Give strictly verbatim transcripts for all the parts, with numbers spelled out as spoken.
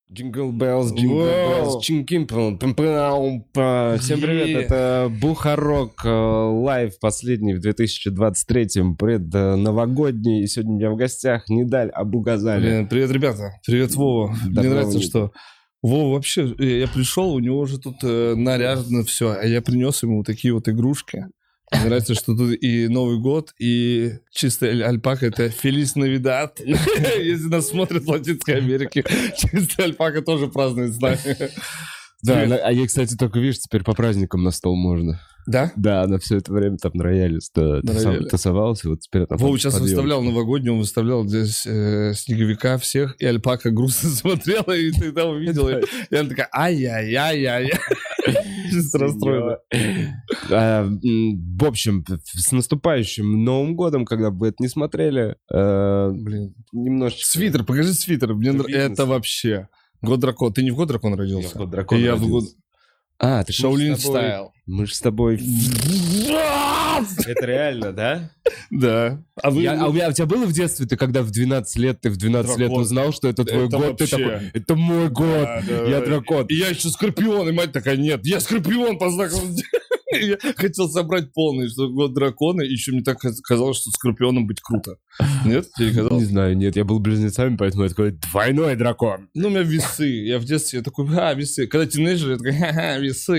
Джингл Беллс, Джингл Беллс, Чинкимпл, Пимпаумпа. Всем привет, это Бухарок лайв, последний в две тысячи двадцать третьем, предновогодний. И сегодня у меня в гостях Нидаль Абу-Газали. Привет, ребята, привет, Вова. Да, Мне нравится, нет. что Вова вообще, я пришел, у него уже тут э, наряжено все, а я принес ему такие вот игрушки. Мне нравится, что тут и Новый год, и чистая альпака — это Фелис Навидад. Если нас смотрят в Латинской Америке, чистая альпака тоже празднует с нами. Да, она- а ей, кстати, только, видишь, теперь по праздникам на стол можно. Да? Да, она все это время там на рояле ста- На тусов- рояле. тусовалась, и вот теперь она Вова под- сейчас под выставлял елочку. новогодний, он выставлял здесь э, снеговика всех, и альпака грустно смотрела, и ты там увидела, и она такая, ай-яй-яй-яй-яй. Чисто расстроена. А, м, В общем, с наступающим Новым годом, когда бы вы это не смотрели, э, Блин. немножечко... Свитер, покажи свитер. Мне нра- Бизнес. это вообще... Год дракона. Ты не в год дракона родился? Я в год дракона И я в год... родился. А, так Шаолинь мы ж с тобой- стайл. Мы же с тобой... Это реально, да? Да. А вы... Я- а у, меня, у тебя было в детстве, ты когда в двенадцать лет, ты в двенадцать лет Дракон. узнал, что это твой Это год, ты вообще- такой, это мой год, Да, да. я дракон. И я еще скорпион, и мать такая, нет, я скорпион по знаку... Я хотел собрать полный, что год дракона, и еще мне так казалось, что скорпионом быть круто. Нет? Тебе не Не казалось? знаю, нет, я был близнецами, поэтому я такой, двойной дракон. Ну, у меня весы. Я в детстве я такой, а, весы. Когда тинейджер, я такой, ха-ха, весы.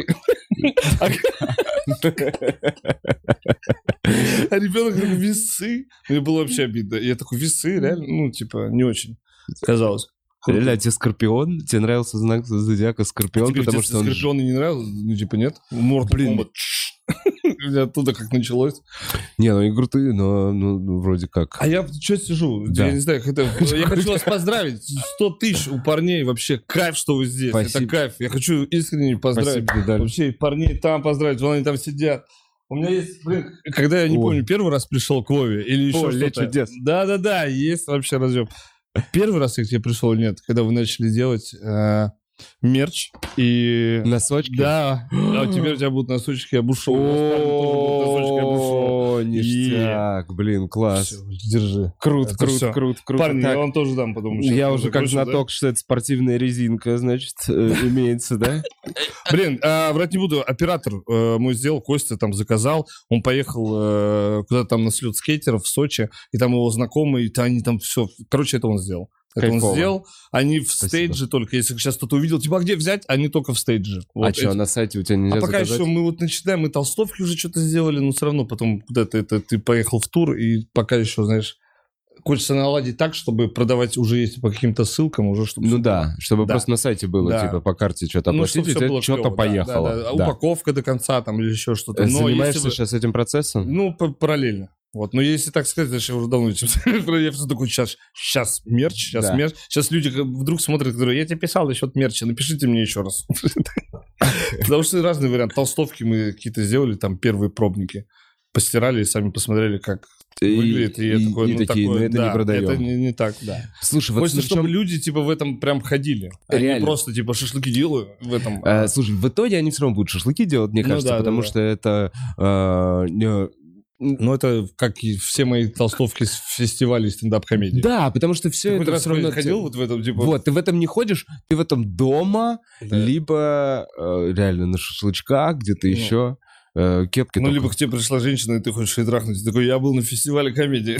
А ребенок такой, весы. Мне было вообще обидно. Я такой, весы, реально? Ну, типа, не очень. Казалось. Реально, а тебе скорпион? Тебе нравился знак зодиака скорпион, Тебе в потому детстве что он... скорпион не нравился? Ну, типа, нет? Mortal Блин. Kombat. У меня оттуда как началось. Не, ну и крутые, но ну, ну, вроде как. А я что сижу? Да. Я не знаю, как это... Я хочу вас поздравить. сто тысяч у парней вообще. Кайф, что вы здесь. Спасибо. Это кайф. Я хочу искренне поздравить. Спасибо, Виталий. Вообще парней там поздравить. Вон они там сидят. У меня есть, блин, когда я не Ой. помню, первый раз пришел к Вове или еще Поле что-то. чудес. Да-да-да, есть вообще разъем. Первый раз я к тебе пришел или нет, когда вы начали делать э, мерч и... Носочки? Да, а теперь у тебя будут носочки Абушоу. О, ништяк, блин, класс. Держи. Круто, Это круто, всё. круто, круто. Парни, Так, я вам тоже дам, потому что... я это уже как закончил, да? знаток, что это спортивная резинка, значит, э, имеется, да? Блин, а, врать не буду, оператор э, мой сделал, Костя там заказал, он поехал э, куда-то там на слет скейтеров в Сочи, и там его знакомые, и они там все, короче, это он сделал. Это Кайфово. он сделал, они в Спасибо. стейдже только, если сейчас кто-то увидел, типа, а где взять? Они только в стейдже. А Вот что, эти- на сайте у тебя нельзя а пока заказать? еще мы вот начинаем, мы толстовки уже что-то сделали, но все равно потом куда-то это, ты поехал в тур, и пока еще, знаешь, хочется наладить так, чтобы продавать уже если по каким-то ссылкам, уже чтобы... Ну всё да, было. чтобы Да. просто на сайте было, Да. типа, по карте что-то Ну, оплатить, чтобы и всё тебе было что-то клёво, да, поехало. да, да. Да. Упаковка до конца там или еще что-то. Э, Но Занимаешься если вы- сейчас этим процессом? Ну, п- параллельно. Вот, но если так сказать, значит, я уже давно этим я просто такой, сейчас, сейчас мерч, сейчас Да. мерч. Сейчас люди как вдруг смотрят, которые, я тебе писал насчет мерча, напишите мне еще раз. Потому что разные варианты. Толстовки мы какие-то сделали, там первые пробники. Постирали и сами посмотрели, как И- выглядит. И, я и- такой, и ну, такие, такое, ну, это да, не продаем. Это не, не так, да. Слушай, вот Хочется, на чтобы чем- люди, типа, в этом прям ходили. А не Реально. просто, типа, шашлыки делаю в этом. Э, слушай, в итоге они все равно будут шашлыки делать, мне Ну кажется, да, да, потому да. что это... э, не- Ну, это как и все мои толстовки с фестивалей стендап-комедии. Да, потому что все Ты это хоть раз все равно... ходил вот в этом, типа... Вот, ты в этом не ходишь, ты в этом дома, Да. либо э, реально на шашлычках, где-то Ну. еще, э, кепки. Ну, только- либо к тебе пришла женщина, и ты хочешь ей трахнуть. Ты такой, я был на фестивале комедии.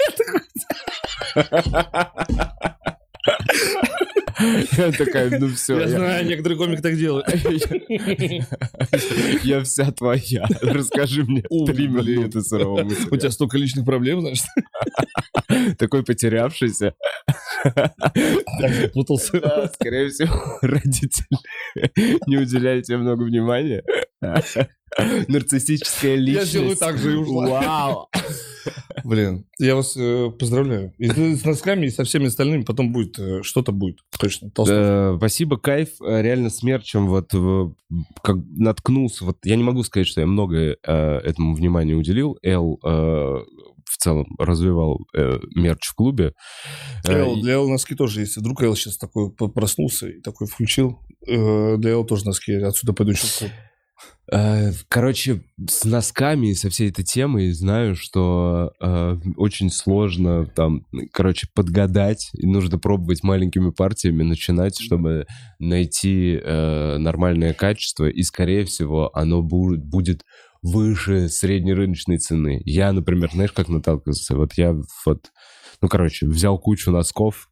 Я такая, ну все, Я знаю, некоторые комики так делают. я вся твоя. Расскажи мне О, три блин. минуты сырого У тебя столько личных проблем, значит. Такой потерявшийся. Так запутался. Да, скорее всего, родители не уделяли тебе много внимания. Нарциссическая Я личность. сделаю так же и ушла. Вау. Блин, я вас э, поздравляю. И с с носками, и со всеми остальными потом будет, э, что-то будет. Точно. Толстовка. Э, Спасибо, кайф. Э, Реально с мерчем вот э, как наткнулся. Вот я не могу сказать, что я много э, этому внимания уделил. Эл э, в целом развивал э, мерч в клубе. Э, Эл, и- для Эл носки тоже есть. Вдруг Эл сейчас такой п- проснулся и такой включил. Э, Для Эл тоже носки. Я отсюда пойду еще в клуб. Короче, с носками и со всей этой темой знаю, что э, очень сложно там, короче, подгадать. И нужно пробовать маленькими партиями начинать, чтобы найти э, нормальное качество. И, скорее всего, оно будет, будет выше среднерыночной цены. Я, например, знаешь, как наталкивался? Вот я вот, ну, короче, взял кучу носков,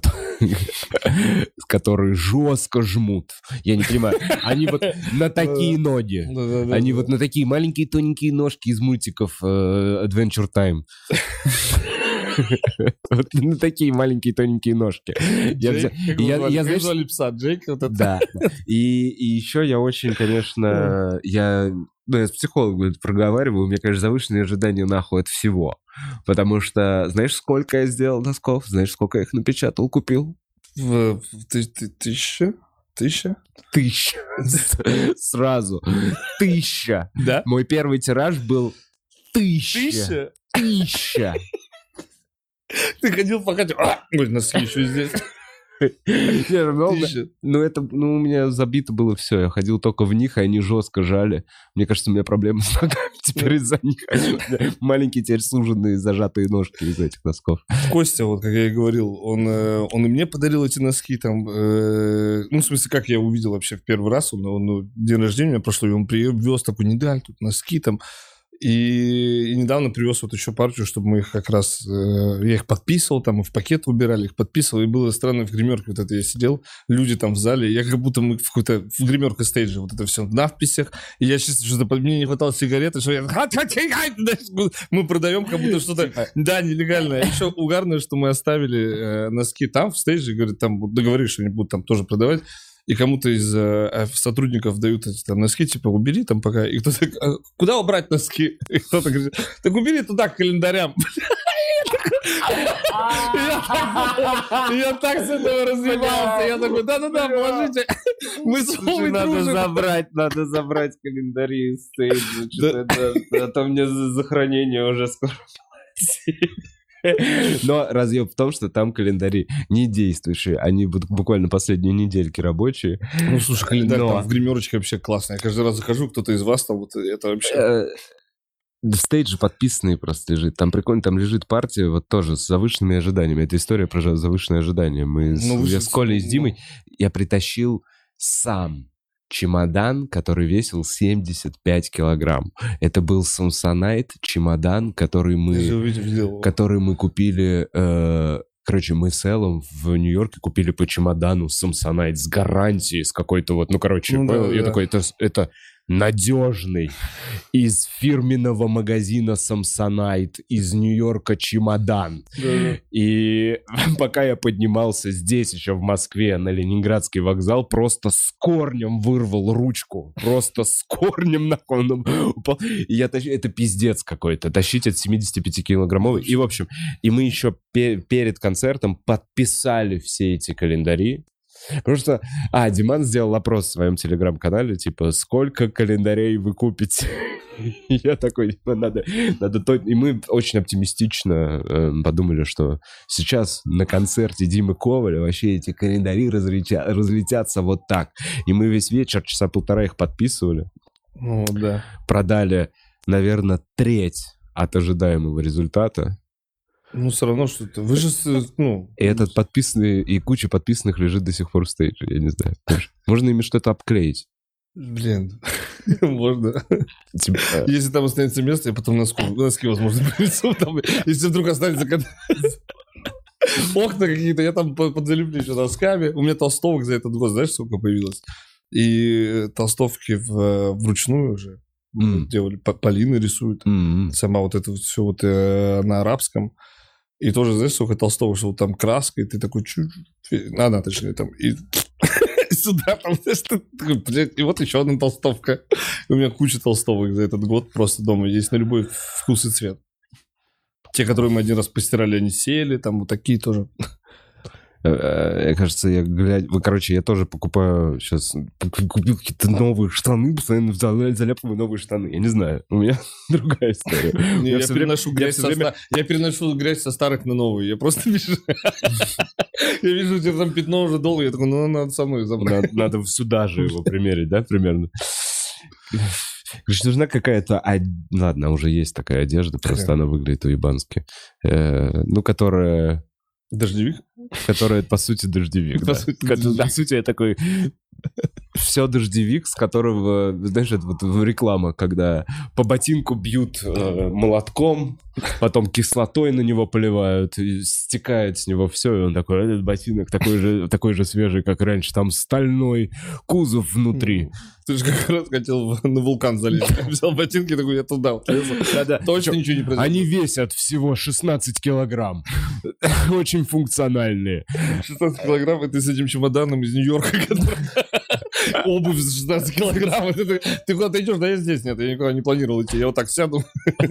которые жестко жмут. Я не понимаю. Они вот на такие ноги. Они вот на такие маленькие тоненькие ножки из мультиков Adventure Time. Вот на такие маленькие тоненькие ножки. Я звали пса Джейк. Да. И еще я очень, конечно, я... Ну, я с психологом проговариваю, у меня, конечно, завышенные ожидания нахуй от всего. Потому что, знаешь, сколько я сделал носков? Знаешь, сколько я их напечатал, купил? В, в ты, ты, тысяча? Тысяча? Тысяча. Сразу. Тысяча. Да? Мой первый тираж был тысяча. Тысяча? Тысяча. Ты ходил пока... Ой, носки еще здесь. Ну, это, ну, у меня забито было все. Я ходил только в них, и они жестко жали. Мне кажется, у меня проблемы с ногами теперь из-за них. Маленькие теперь суженные, зажатые ножки из этих носков. Костя, вот как я и говорил, он, он и мне подарил эти носки там. Э, ну, в смысле, как я увидел вообще в первый раз. Он, он день рождения у меня прошло, и он привез такой, не дай, тут носки там. И, и недавно привез вот еще партию, чтобы мы их как раз... Э, я их подписывал, там, и в пакет убирали, их подписывал. И было странно в гримерке вот это я сидел, люди там в зале, я как будто мы в какой-то... В гримерке стейдже вот это все в надписях. И я чувствую, что мне не хватало сигареты, что я... Мы продаем как будто что-то... Да, нелегальное. Еще угарное, что мы оставили э, носки там в стейдже, говорят, там договорились, что они будут там тоже продавать. И кому-то из э, сотрудников дают эти там носки, типа, убери там пока. И кто-то, а куда убрать носки? И кто-то говорит, так убери туда к календарям. Я так с этого разъебался. Я такой, да-да-да, положите. Мы с Вовой Надо забрать, надо забрать календари из стейджа. А то мне за хранение уже скоро. Но разъеб в том, что там календари не действующие. Они буквально последние недельки рабочие. Ну, слушай, календарь Но... там в гримерочке вообще классный. Я каждый раз захожу, кто-то из вас там, вот это вообще... В стейдже подписанный просто лежит. Там прикольно, там лежит партия вот тоже с завышенными ожиданиями. Это история про завышенные ожидания. Мы ну, с, я с Колей и с Димой, я притащил сам чемодан, который весил семьдесят пять килограмм. Это был Samsonite чемодан, который мы, который мы купили... Э, короче, мы с Эллом в Нью-Йорке купили по чемодану Samsonite с гарантией, с какой-то вот... Ну, короче, ну, да, я да. такой, это... это надежный из фирменного магазина Samsonite из Нью-Йорка чемодан. Да. И пока я поднимался здесь, еще в Москве, на Ленинградский вокзал, просто с корнем вырвал ручку. Просто с корнем нахуй он упал. И я тащу... Это пиздец какой-то. Тащить от семидесятипятикилограммовый. И, в общем, и мы еще пе- перед концертом подписали все эти календари. Потому что, а, Диман сделал опрос в своем телеграм-канале, типа, сколько календарей вы купите? Я такой, надо, надо то... И мы очень оптимистично э, подумали, что сейчас на концерте Димы Коваля вообще эти календари разлетя... разлетятся вот так. И мы весь вечер, часа полтора их подписывали. О, да. Продали, наверное, треть от ожидаемого результата. Ну, все равно что-то. Вы же, ну... И этот подписанный, и куча подписанных лежит до сих пор в стейдже, я не знаю. Можно ими что-то обклеить. Блин, можно. Если там останется место, я потом носки, возможно, принесу. Если вдруг останется... Окна какие-то, я там подзалеплю еще носками. У меня толстовок за этот год, знаешь, сколько появилось? И толстовки вручную уже. Делали, Полина рисует. Сама вот это все вот на арабском. И тоже, знаешь, сколько толстовок, что вот там краска, и ты такой, чуть-чуть, она, точнее, там, и сюда, там, знаешь, ты такой, блядь, и вот еще одна толстовка. У меня куча толстовок за этот год просто дома есть на любой вкус и цвет. Те, которые мы один раз постирали, они сели, там вот такие тоже. Мне кажется, я глядя... Короче, я тоже покупаю сейчас... Купил какие-то новые штаны, постоянно заляпываю новые штаны. Я не знаю, у меня другая история. Не, я, переношу время... я, время... ста... я переношу грязь со старых на новые. Я просто вижу... Я вижу, у тебя там пятно уже долго. Я такой, ну, надо со мной забрать. Надо сюда же его примерить, да, примерно? Говоришь, нужна какая-то... од- Ладно, уже есть такая одежда, просто она выглядит уебански. Э, Ну, которая... Дождевик? Которая, по сути, дождевик. По да. сути, Ко- дождевик. По сути, я такой... Все дождевик, с которого, знаешь, это вот реклама, когда по ботинку бьют э, молотком, потом кислотой на него поливают, и стекает с него все, и он такой, этот ботинок такой же, такой же свежий, как раньше, там стальной кузов внутри. Ты же как раз хотел в- на вулкан залезть. Взял ботинки, такой, я туда. Да-да. Точно ничего не произошло. Они весят всего шестнадцать килограмм. Очень функциональные. шестнадцать килограмм, и ты с этим чемоданом из Нью-Йорка, который... Обувь за шестнадцать килограмм. и Ты, ты куда-то идешь? Да я здесь нет, я никуда не планировал идти. Я вот так сяду.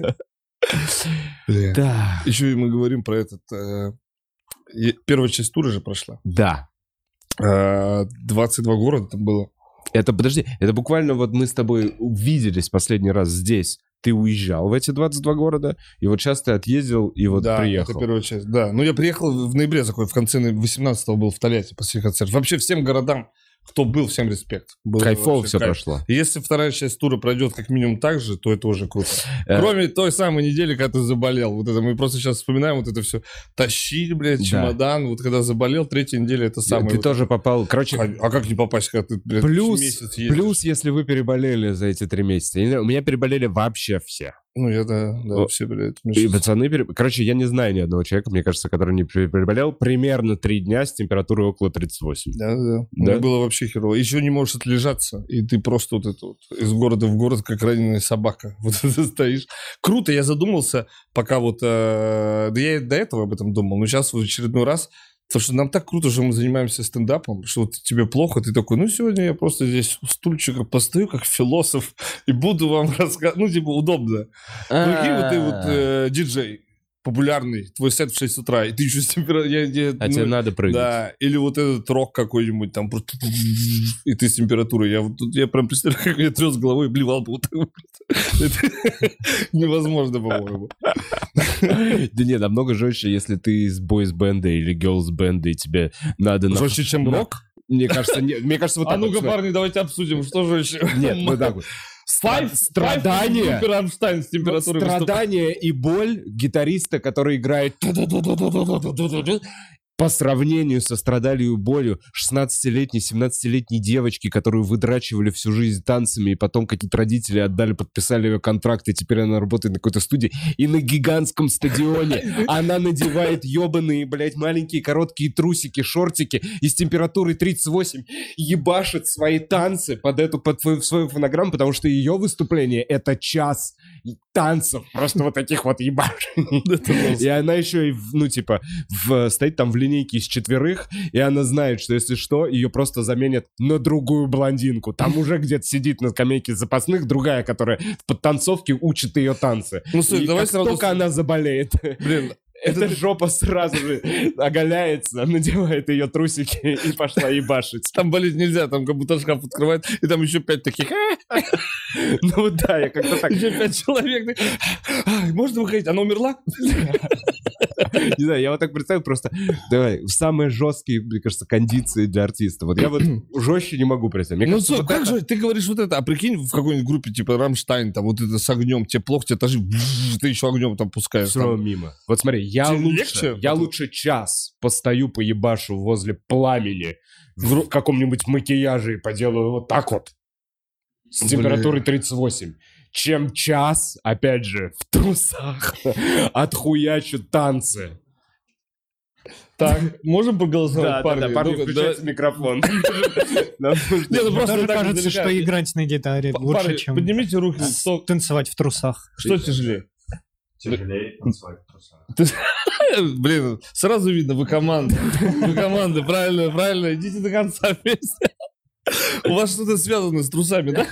Бля. Да. Еще и мы говорим про этот... э, е- Первая часть тура же прошла. Да. Э, двадцать два города там было. Это, подожди, это буквально вот мы с тобой увиделись последний раз здесь. Ты уезжал в эти двадцать два города, и вот сейчас ты отъездил и вот да, приехал. это первая часть, да. Ну, я приехал в ноябре, такой, в конце восемнадцатого был в Тольятти после концерта. Вообще всем городам, кто был, всем респект. Было Кайфово вообще все кайф. прошло. И если вторая часть тура пройдет как минимум так же, то это уже круто. Э. Кроме той самой недели, когда ты заболел. Вот это мы просто сейчас вспоминаем вот это все. Тащить, блядь, Да. чемодан. Вот когда заболел, третья неделя это самое. Ты вот- тоже попал... Короче, А, а как не попасть, когда ты, блядь, плюс, месяц едешь? плюс, если вы переболели за эти три месяца. Или- У меня переболели вообще все. Ну, я, да, да, О, все, блядь. мне И щас- пацаны... переб- Короче, я не знаю ни одного человека, мне кажется, который не переболел. Примерно три дня с температурой около тридцать восемь. Да, да. Да? Мне было вообще херово. Еще не можешь отлежаться, и ты просто вот это вот из города в город, как раненая собака. Вот это стоишь. Круто, я задумался, пока вот... э, да я и до этого об этом думал, но сейчас в очередной раз... Потому что нам так круто, что мы занимаемся стендапом, что вот тебе плохо, ты такой, ну, сегодня я просто здесь у стульчика постою, как философ, и буду вам рассказывать. Ну, типа, удобно. Прикинь, вот ты вот э, диджей популярный, твой сет в шесть утра, и ты еще с температурой... А тебе надо прыгать. Да, или вот этот рок какой-нибудь там, просто... и ты с температурой. Я вот тут, я прям представляю, как я трес головой и блевал бы вот так вот. Это невозможно, по-моему. Да нет, намного жестче, если ты из бойс-бенда или герлс-бенда, и тебе надо... на- Жестче, чем на- рок? Мне кажется, не- мне кажется, вот А так вот, ну-ка, смотри. парни, давайте обсудим, что же еще? Нет, вот так вот. Five, Страдания. Супер Рамштайн с Вот температурой выступает. страдания и боль гитариста, который играет по сравнению со страданием и болью шестнадцатилетней, семнадцатилетней девочки, которую выдрачивали всю жизнь танцами, и потом какие-то родители отдали, подписали ее контракт, и теперь она работает на какой-то студии, и на гигантском стадионе она надевает ебаные, блядь, маленькие короткие трусики, шортики, и с температурой тридцать восемь ебашит свои танцы под эту, под свою, свою фонограмму, потому что ее выступление — это час танцев, просто вот таких вот ебашений. И она еще и, в- ну, типа, в, стоит там в линейке из четверых, и она знает, что если что, ее просто заменят на другую блондинку. Там уже где-то сидит на скамейке запасных другая, которая в подтанцовке учит ее танцы. Ну, слушай, И давай как сразу только с- она заболеет, Блин, эта жопа сразу же оголяется, надевает ее трусики и пошла ебашить. там болеть нельзя, там как будто шкаф открывает, и там еще пять таких, Ну вот да, я как-то так... еще пять человек. так, «Ай, можно выходить? Она умерла? Не знаю, я вот так представил просто, давай, самые жесткие, мне кажется, кондиции для артиста. Вот я вот жестче не могу представить. Мне Ну, кажется, что, вот как это- же, ты говоришь вот это, а прикинь, в какой-нибудь группе, типа Рамштайн, там вот это с огнем, тебе плохо, тебе тоже, ты еще огнем там пускаешь. Все равно там. мимо. Вот смотри, я Тебе лучше, легче? я лучше час постою по ебашу возле пламени в, в каком-нибудь макияже и поделаю вот так вот с Блин. температурой тридцать восемь, чем час, опять же, в трусах отхуячу танцы. Так, можем поголосовать, парни? парни, Ну-ка, включайте микрофон. Нам нужно- Не, ну Мне просто тоже так кажется, издалека. что играть на гитаре П- лучше, парни, чем поднимите руки, с- кто, танцевать в трусах. что тяжелее? Тяжелее танцевать в трусах. Блин, сразу видно, вы команда. Вы команда, правильно, правильно. Идите до конца вместе. У вас что-то связано с трусами, да?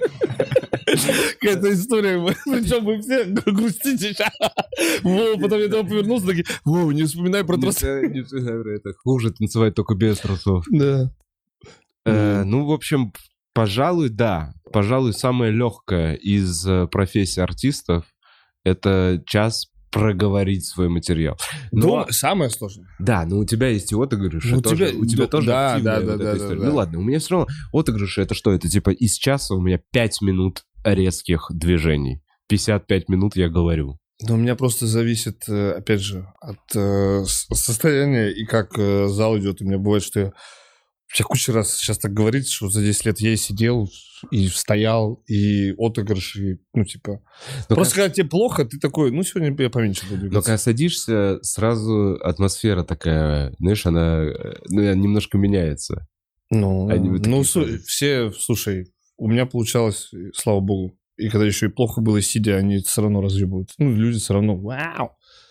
Какая-то история. Причем вы все грустите сейчас. Вова потом я того повернулся, такие, Вова, не вспоминай про трусы. Не- не знаю, это хуже танцевать только без трусов. Да. Э, Ну, в общем, пожалуй, да. Пожалуй, самое легкое из э, профессий артистов — это час проговорить свой материал. Но, Дом самое сложное. да, но у тебя есть и отыгрыши, Ну, у тоже, тебя- у тебя да, тоже да, активная да, вот да, эта да, история. да. Ну ладно, у меня все равно отыгрыши, это что? Это типа из часа у меня пять минут резких движений. пятьдесят пять минут я говорю. Но у меня просто зависит, э, опять же, от э, с- состояния и как э, зал идет. У меня бывает, что я... Я куча раз сейчас так говорить, что за десять лет я и сидел, и стоял, и отыгрыш, и, ну, типа... Но просто когда тебе плохо, ты такой, ну, сегодня я поменьше буду Но двигаться. когда садишься, сразу атмосфера такая, знаешь, она э, ну, немножко меняется. Ну, Они вот ну такие су- тоже. все, слушай, у меня получалось, э, слава богу, и когда еще и плохо было сидя, они все равно разъебывают. Ну, люди все равно, вау,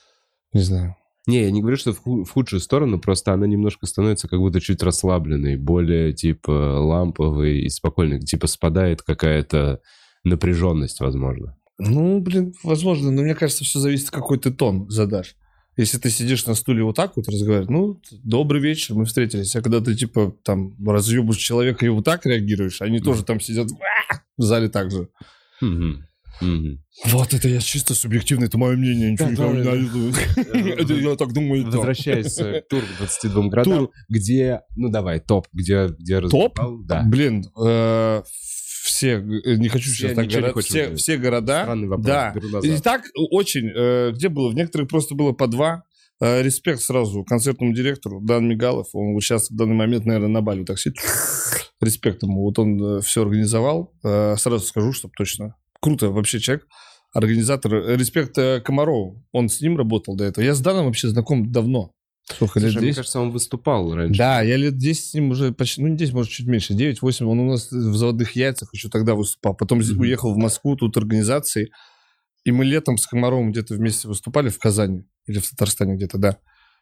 не знаю. Не, я не говорю, что в, ху- в худшую сторону, просто она немножко становится как будто чуть расслабленной, более, типа, ламповой и спокойной. Типа, спадает какая-то напряженность, возможно. Ну, блин, возможно, но мне кажется, все зависит, какой ты тон задашь. Если ты сидишь на стуле вот так вот разговариваешь, ну, добрый вечер, мы встретились. А когда ты, типа, там, разъебываешь человека и вот так реагируешь, они тоже там сидят в зале так же. Мгм. Мгм. Вот это я чисто субъективно, это мое мнение, ничего Да, никого не да, навязываю. Это я так думаю. и так. Возвращаясь к туру двадцати двум городам, Тур. где, ну давай, топ, где, где Топ? разбивал, да. Блин, э, все, э, не хочу Все, сейчас так ничего не города, хочешь все, говорить. все города, Странный вопрос, да. беру назад. И так очень, э, где было? В некоторых просто было по два. Э, респект сразу концертному директору Дан Мигалов, он вот сейчас в данный момент, наверное, на Бали вот так сидит. Респект ему, вот он все организовал. Э, сразу скажу, чтобы точно. Круто вообще человек. Организатор, э, респект э, Комарову, он с ним работал до этого. Я с Даном вообще знаком давно. Сколько, лет Слушай, мне десять? кажется, он выступал раньше. Да, я лет десять с ним уже почти, ну не десять, может, чуть меньше, девять-восемь. Он у нас в «Заводных яйцах» еще тогда выступал. Потом Мгм. уехал в Москву, тут организации. И мы летом с Комаровым где-то вместе выступали в Казани. Или в Татарстане где-то, да.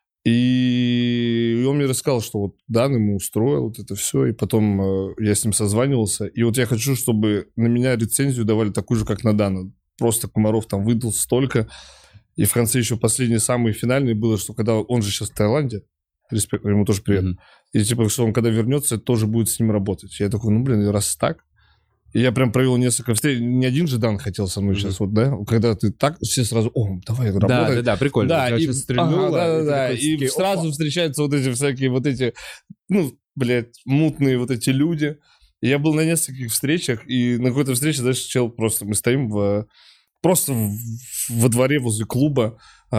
И он мне рассказал, что вот Дан ему устроил вот это все. И потом э, я с ним созванивался. И вот я хочу, чтобы на меня рецензию давали такую же, как на Дана. Просто Комаров там выдал столько. И в конце еще последний, самый финальный было, что когда он же сейчас в Таиланде, респект, ему тоже привет. Мгм. И типа, что он когда вернется, тоже будет с ним работать. Я такой, ну, блин, раз так. И я прям провел несколько встреч. Не один же Дан хотел со мной Мгм. сейчас, вот, да? Когда ты так, все сразу, о, давай Да, работать. да, да, прикольно. Да, У тебя и, щас стрельнуло, ага, да, да, и ты да. такой И такие, сразу опа. встречаются вот эти всякие вот эти, ну, блядь, мутные вот эти люди. И я был на нескольких встречах, и на какой-то встрече, знаешь, чел, просто мы стоим в, просто в- во дворе возле клуба,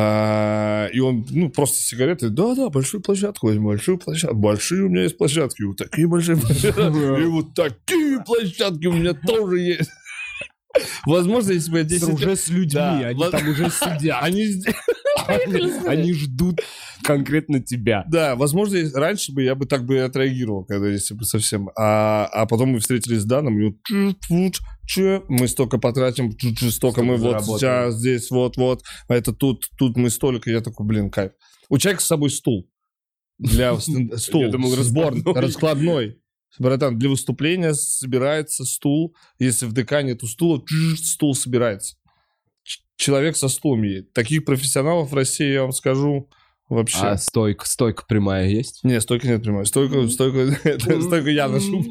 а, и он, ну, просто сигареты, да-да, большую площадку возьму, большую площадку, большие у меня есть площадки, вот такие большие площадки, и вот такие площадки у меня тоже есть. Возможно, если бы я десять Уже лет... с людьми, Да, они вот- там уже сидят. Они здесь... Они, они ждут конкретно тебя. Да, возможно, если- раньше бы я бы так бы и отреагировал, когда если бы совсем. А, а потом мы встретились с Даном, и вот, чу- чу- чу- мы столько потратим, чу- чу- столько мы вот заработаем. сейчас, здесь, вот-вот, а это тут, тут мы столько. Я такой, блин, кайф. У человека с собой стул. Для стен- стул, Я думал, сбор, раскладной. раскладной. Братан, для выступления собирается стул. Если в ДК нету стула, чу- стул собирается. Ч- Человек со стулом едет. Таких профессионалов в России, я вам скажу, вообще. А стойка, стойка прямая есть? Не, стойка нет прямой. Стойку, стойку, это стойку я ношу.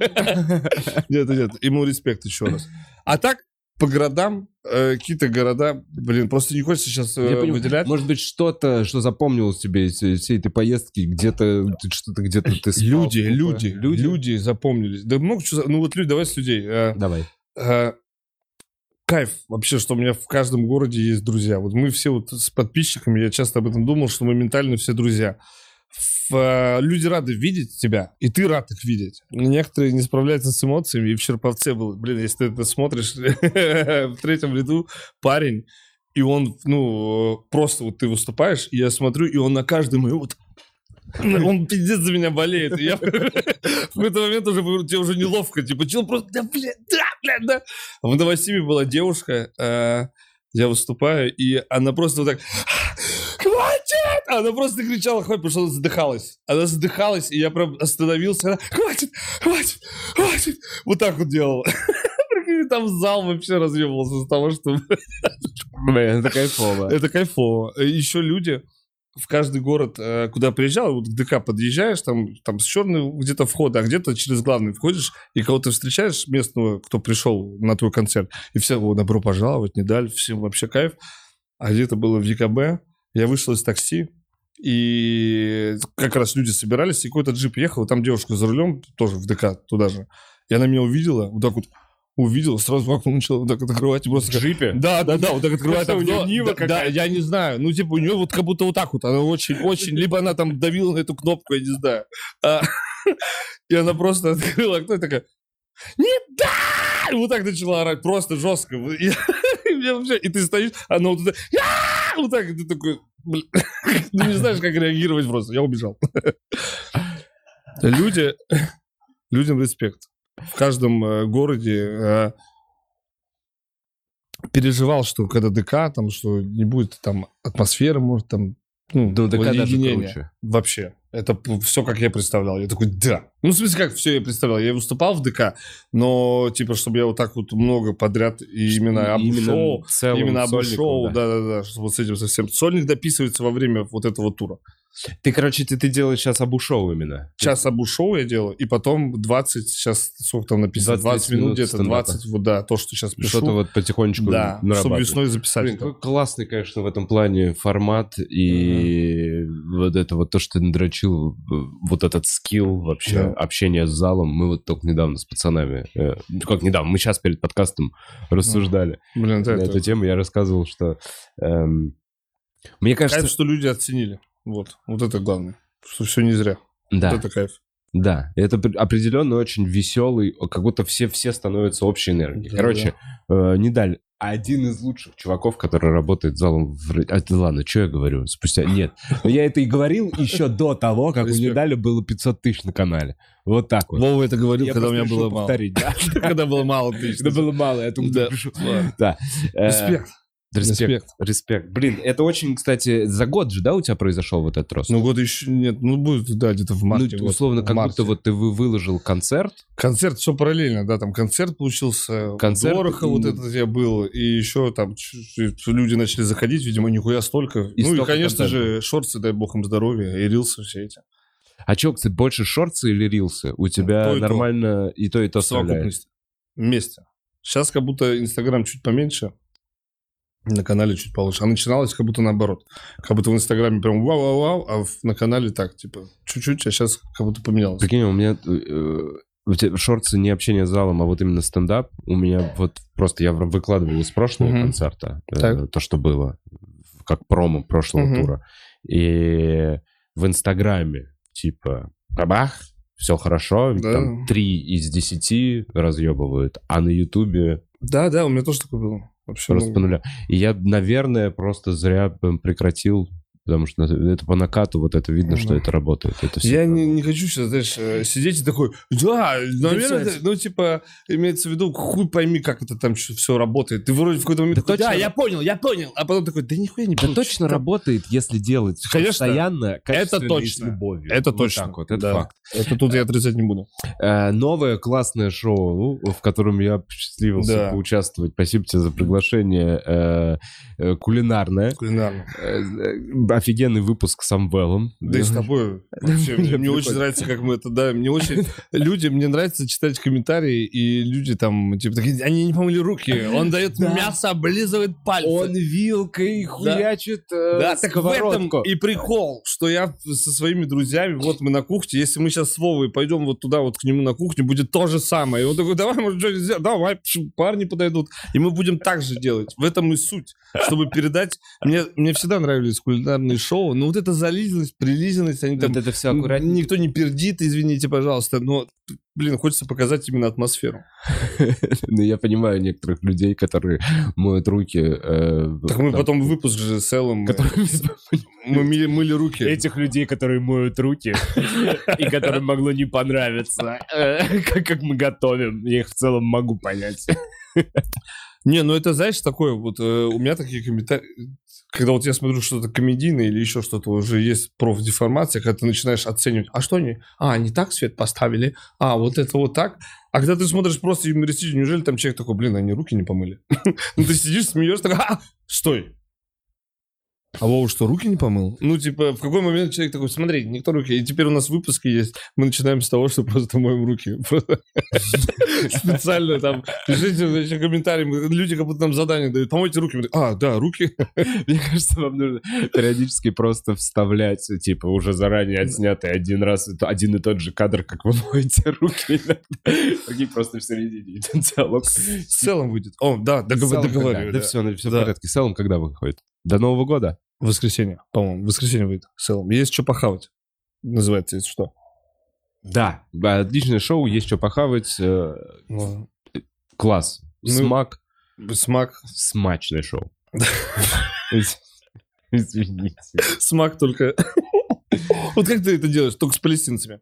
Нет, нет, ему респект еще раз. А так, по городам, э, какие-то города, блин, просто не хочется сейчас э, Я понимаю. выделять. Может быть, что-то, что запомнилось тебе из всей этой поездки, где-то ты что-то где-то ты спал, Люди, тупо. люди, люди. люди запомнились. Да много чего. за- Ну вот люди, давай с людей. Э, Давай. э, Кайф вообще, что у меня в каждом городе есть друзья. Вот мы все вот с подписчиками, я часто об этом думал, что мы ментально все друзья. В, э, люди рады видеть тебя, и ты рад их видеть. Некоторые не справляются с эмоциями, и в Черповце был, блин, если ты это смотришь, в третьем ряду парень, и он, ну, просто вот ты выступаешь, и я смотрю, и он на каждом, и вот он пиздец за меня болеет. И я в какой-то момент уже тебе уже неловко. Типа, чел просто, да, блядь, да, блядь, да. А в Новосибе была девушка, э, я выступаю, и она просто вот так, хватит! Она просто кричала, хватит, потому что она задыхалась. Она задыхалась, и я прям остановился. Она, хватит, хватит, хватит. Вот так вот делала. Прикинь, там зал вообще разъебывался с того, что... Блин, это кайфово. Это кайфово. Еще люди в каждый город, э, куда приезжал, вот к ДК подъезжаешь, там, там с черного где-то входа, а где-то через главный входишь, и кого-то встречаешь местного, кто пришел на твой концерт, и все, о, добро пожаловать, не дали, всем вообще кайф. а где-то было в ЕКБ. Я вышел из такси, и как раз люди собирались, и какой-то джип ехал, и там девушка за рулем, тоже в ДК, туда же. И она меня увидела, вот так вот увидела, сразу окно начала вот так открывать. И просто В джипе? Да, да, да, вот так открывает Что, у окно. неё Нива Да, какая-то? да, я не знаю. Ну, типа, у нее вот как будто вот так вот. Она очень, очень... Либо она там давила на эту кнопку, я не знаю. А, и она просто открыла окно и такая... Не дай! Вот так начала орать. Просто жестко. И, и, вообще, и ты стоишь, она вот, вот так, и ты такой... Блин, ну, не знаешь, как реагировать просто. Я убежал. Люди... Людям респект. В каждом э, городе э, переживал, что когда ДК, там, что не будет там атмосферы, может, там, ну, Да, ДК даже уединения. круче. Вообще. Это все, как я представлял. Я такой, да. Ну, в смысле, как все я представлял. Я выступал в ДК, но, типа, чтобы я вот так вот много подряд и именно обшел, целым именно сольником, обошел, да. да-да-да, чтобы вот с этим совсем. Сольник дописывается во время вот этого тура. Ты, короче, ты, ты делаешь сейчас абу-шоу именно. Час абу-шоу я делаю, и потом двадцать, сейчас, сколько там написано, двадцать минут где-то, стендапа. двадцать, вот да, то, что сейчас пишу. Что-то вот потихонечку Да, чтобы нарабатываешь. весной записать. Блин, это. какой классный, конечно, в этом плане формат. И вот это вот то, что ты надрочил, вот этот скилл вообще, Да. общение с залом. Мы вот только недавно с пацанами, э, ну, как недавно, мы сейчас перед подкастом рассуждали Блин, да, на это... эту тему. Я рассказывал, что эм, мне кажется... Кайф, что люди оценили. Вот, вот это главное. Что все не зря. Да. Вот это кайф. Да, это при- определенно очень веселый, как будто все-все становятся общей энергией. Да, Короче, э, Нидаль, один из лучших чуваков, который работает залом в... ра- А, да ладно, что я говорю? Спустя... Нет. Но я это и говорил еще до того, как у Респект. Нидаля было пятьсот тысяч на канале. Вот так вот. Вова это говорил, Я когда у меня просто было решил мало. повторить, да. Когда было мало тысяч. Когда было мало, я только Да. пришел. Ладно. Да. Э, Респект. Респект. Респект. Респект. Блин, это очень, кстати, за год же, да, у тебя произошел вот этот рост? Ну, года еще нет. Ну, будет, да, где-то в марте. Ну, вот, условно, в как марте. будто вот ты вы- выложил концерт. Концерт, все параллельно, да, там концерт получился, Концерт Дорохо и- вот этот я был, и еще там чуть-чуть люди начали заходить, видимо, нихуя столько. И ну, столько и, конечно контента. же, шорты, дай бог им здоровья, и рилсы все эти. А что, кстати, больше шортсы или рилсы? У тебя То и то. нормально и то, и то В вставляет. совокупности. Вместе. Сейчас как будто Инстаграм чуть поменьше, на канале чуть получше. А начиналось как будто наоборот. Как будто в Инстаграме прям вау-вау-вау, а в- на канале так, типа, чуть-чуть, а сейчас как будто поменялось. Прикинь, у меня э, у тебя шортсы не общение с залом, а вот именно стендап. У меня вот просто я выкладывал из прошлого Мгм. концерта э, Так. то, что было, как промо прошлого Мгм. тура. И в Инстаграме типа бабах, все хорошо, Да. там три из десяти разъебывают, а на Ютубе Да, да, у меня тоже такое было. Вообще, просто ну, по нулям. И я, наверное, просто зря м, прекратил, потому что это по накату, вот это видно, Ну что да. это работает. Это Я супер. не, не хочу сейчас, знаешь, э, сидеть и такой, да, наверное, всё, это- ну, типа, имеется в виду, хуй пойми, как это там все работает. Ты вроде в какой-то момент Да такой, да, точно. я понял, я понял. А потом такой, да нихуя не Да понял. точно что-то». работает, если делать Конечно. постоянно, качественно и с точно. любовью. Это Вот точно. так вот, это Да. факт. Это тут я отрицать не буду. Э, новое классное шоу, в котором я посчастливился Да. поучаствовать. Спасибо тебе за приглашение. Э, э, кулинарное. Кулинарно. Э, э, офигенный выпуск с Амвелом. Да и с тобой. Вообще, мне, мне очень Прикольно. нравится, как мы это, да, мне очень... Люди, мне нравится читать комментарии, и люди там, типа, такие, они не помыли руки, он дает Да. мясо, облизывает пальцы. Он вилкой хуячит э, Да, так в этом сковородку. и прикол, что я со своими друзьями, вот мы на кухне, если мы сейчас с Вовой пойдем вот туда вот к нему на кухню, будет то же самое. И он такой, давай, может, что-нибудь сделаем? Давай, пш, парни подойдут. И мы будем так же делать. В этом и суть. Чтобы передать... Мне, мне всегда нравились кулинарные шоу, но вот эта зализанность, прилизанность, они там... Вот это все аккуратнее. Никто не пердит, извините, пожалуйста, но, блин, хочется показать именно атмосферу. Ну, я понимаю некоторых людей, которые моют руки. э, Так мы там, потом выпуск же с Эллом, которые- мы мыли, мыли руки. Этих людей, которые моют руки, и которым могло не понравиться, э, как как мы готовим, я их в целом могу понять. Не, ну это, знаешь, такое вот, э, у меня такие комментарии, когда вот я смотрю что-то комедийное или еще что-то, уже есть профдеформация, когда ты начинаешь оценивать, а что они, а, они так свет поставили, а, вот это вот так, а когда ты смотришь просто юмористически, неужели там человек такой, блин, они руки не помыли? Ну ты сидишь, смеешь, такой, а, стой, А Вова что, руки не помыл? Ну, типа, в какой момент человек такой, смотри, никто руки... И теперь у нас выпуски есть. Мы начинаем с того, что просто моем руки. Специально там пишите в комментарии. Люди как будто нам задание дают. Помойте руки. А, да, руки. Мне кажется, вам нужно периодически просто вставлять, типа, уже заранее отснятый один раз, один и тот же кадр, как вы моете руки. Такие просто в середине идет диалог. В целом выйдет. О, да, договариваю. Да все в порядке. В целом когда выходит? До Нового года? Воскресенье, по-моему. Воскресенье выйдет в целом. Есть что похавать. Называется, если что. Да, отличное шоу, есть что похавать. Ну. Класс. Смак. Смак. Смачное шоу. Извините. Смак только... Вот как ты это делаешь? Только с палестинцами.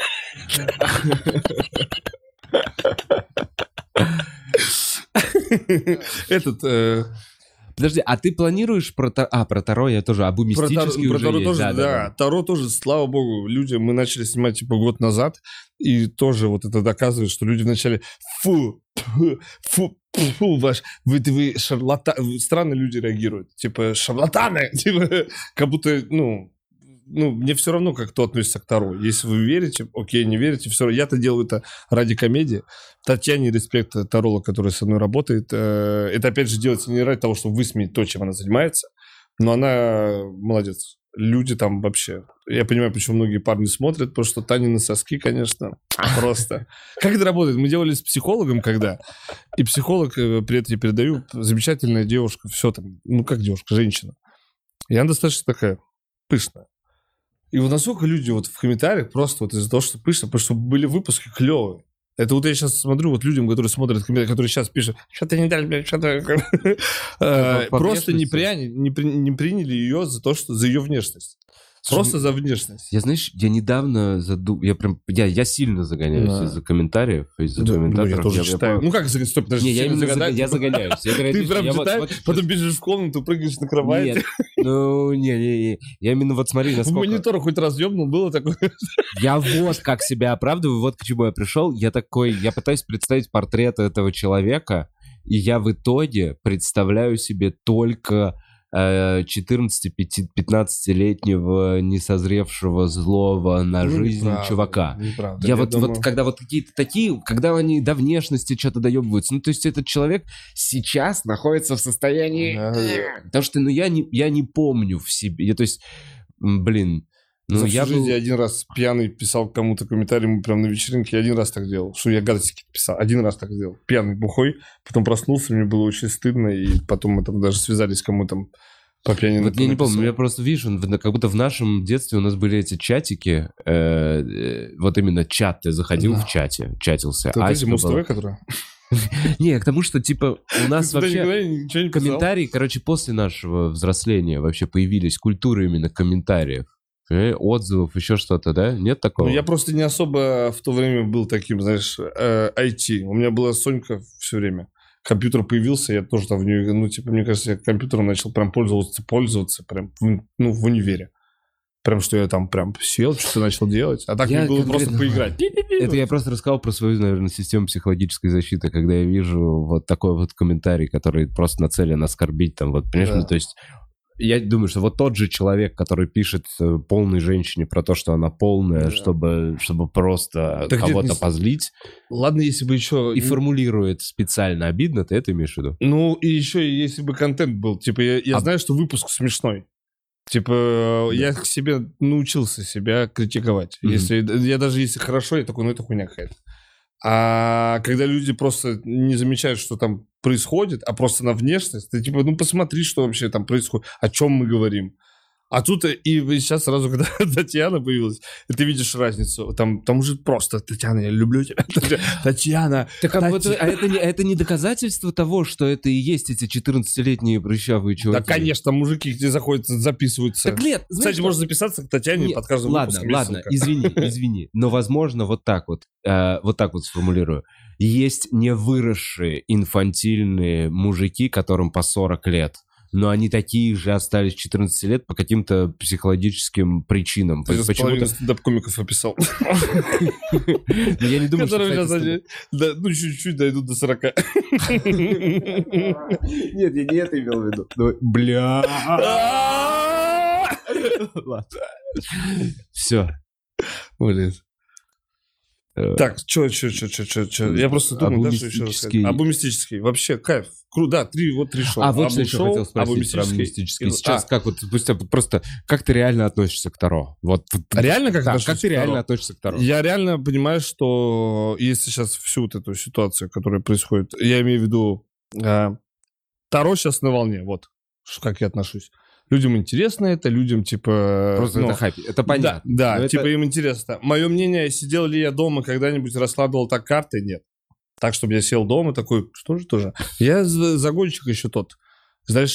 Этот... Подожди, а ты планируешь про Таро? А, про Таро я тоже, об мистический про уже Таро есть. тоже, да, да, да, да. да. Таро тоже, слава богу, люди, мы начали снимать, типа, год назад, и тоже вот это доказывает, что люди вначале фу, фу, фу, фу ваш, вы, вы шарлатаны, странно люди реагируют, типа, шарлатаны, типа, как будто, ну... Ну, мне все равно, как кто относится к Таро. Если вы верите, окей, не верите, все равно. Я-то делаю это ради комедии. Татьяне респект таролог, который со мной работает. Это, опять же, делается не ради того, чтобы высмеять то, чем она занимается, но она молодец. Люди там вообще... Я понимаю, почему многие парни смотрят, потому что Танины соски, конечно, просто... Как это работает? Мы делали с психологом когда, и психолог, при этом я передаю, замечательная девушка, все там, ну, как девушка, женщина. И она достаточно такая пышная. И вот насколько люди вот в комментариях просто вот из-за того, что пышно, потому что были выпуски клевые. Это вот я сейчас смотрю вот людям, которые смотрят комментарии, которые сейчас пишут, что-то не дали, блядь, что-то... Просто не приняли ее за то, что за ее внешность. Просто за внешность. Я, знаешь, я недавно задумал... Я прям... Я, я сильно загоняюсь да. из-за комментариев, из-за да, комментаторов. Ну, я тоже я, читаю. Я... Ну, как загоняюсь? Стоп, подожди. Не, я, именно заг... я загоняюсь. Я Ты прям я читаешь, вот, вот, потом бежишь в комнату, прыгаешь на кровать. Нет, ну, не-не-не. Я именно вот смотри, насколько... В монитор хоть раз ёбнул, было такое? Я вот как себя оправдываю, вот к чему я пришел. Я такой... Я пытаюсь представить портрет этого человека, и я в итоге представляю себе только... четырнадцати-пятнадцатилетнего несозревшего злого на ну, жизнь неправда, чувака. Неправда, я, я вот, думаю... вот когда вот какие-то такие, когда они до внешности что-то доебываются, ну то есть этот человек сейчас находится в состоянии... Да, да. Потому что ну, я, не, я не помню в себе, я, то есть, блин... Ну, За я всю жизнь был... я один раз пьяный писал кому-то комментарий, мы прям на вечеринке, я один раз так делал, что я гадости писал, один раз так сделал, пьяный, бухой, потом проснулся, мне было очень стыдно, и потом мы там даже связались с кому-то по пьяни. Вот я не помню, я просто вижу, как будто в нашем детстве у нас были эти чатики, э, вот именно чат, ты заходил да. в чате, чатился. Это эти муз-ТВ, которые... Не, к тому, что, типа, у нас вообще комментарии, короче, после нашего взросления вообще появились культуры именно комментариев. Отзывов, еще что-то, да? Нет такого? Ну, я просто не особо в то время был таким, знаешь, ай ти. У меня была Сонька все время. Компьютер появился, я тоже там в нее, ну, типа, мне кажется, я компьютером начал прям пользоваться, пользоваться прям, ну, в универе. Прям, что я там прям сел, что-то начал делать. А так я мне было конкретно... просто поиграть. Это я просто рассказал про свою, наверное, систему психологической защиты, когда я вижу вот такой вот комментарий, который просто нацелен оскорбить, там, вот, понимаешь, да. ну, то есть... Я думаю, что вот тот же человек, который пишет полной женщине про то, что она полная, да. чтобы, чтобы просто так кого-то не... позлить. Ладно, если бы еще... И формулирует специально обидно, ты это имеешь в виду? Ну, и еще, если бы контент был. Типа, я, я а... знаю, что выпуск смешной. Типа, да. я к себе научился себя критиковать. Mm-hmm. Если, я даже если хорошо, я такой, ну, это хуйня какая-то. А когда люди просто не замечают, что там происходит, а просто на внешность, ты типа, ну посмотри, что вообще там происходит, о чем мы говорим. А тут и сейчас сразу, когда Татьяна появилась, и ты видишь разницу. Там, там уже просто Татьяна, я люблю тебя. Татьяна. Так, а, вот, а это, не, это не доказательство того, что это и есть эти четырнадцатилетние прыщавые чуваки? Да, конечно, мужики где заходят, записываются. Так нет. Кстати, что... можно записаться к Татьяне нет, под каждым ладно, выпуском. Ладно, ладно, извини, извини. Но, возможно, вот так вот, э, вот так вот сформулирую. Есть невыросшие инфантильные мужики, которым по сорок лет. но они такие же остались четырнадцать лет по каким-то психологическим причинам. Ты Почему-то... половину стендап-комиков описал. Я не думаю, что... Ну, чуть-чуть дойдут до сорока. Нет, я не это имел в виду. Бля. Ладно. Все. Блин. Так, что, что, что, что, что? Я просто думаю, да, что еще рассказать. Абу-мистический. Вообще, кайф. Круто, да, три, вот три шоу. А вот что еще хотел спросить про мистический. Сейчас, как вот, просто, как ты реально относишься к Таро? Вот. Реально как да, как ты реально относишься к Таро? Я реально понимаю, что если сейчас всю вот эту ситуацию, которая происходит, я имею в виду, Таро сейчас на волне, вот, как я отношусь. Людям интересно это, людям, типа... Просто ну, это хайп, это понятно. Да, да это... типа им интересно. Мое мнение, сидел ли я дома когда-нибудь, раскладывал так карты? Нет. Так, чтобы я сел дома, такой, что же тоже? Я загонщик еще тот. Знаешь,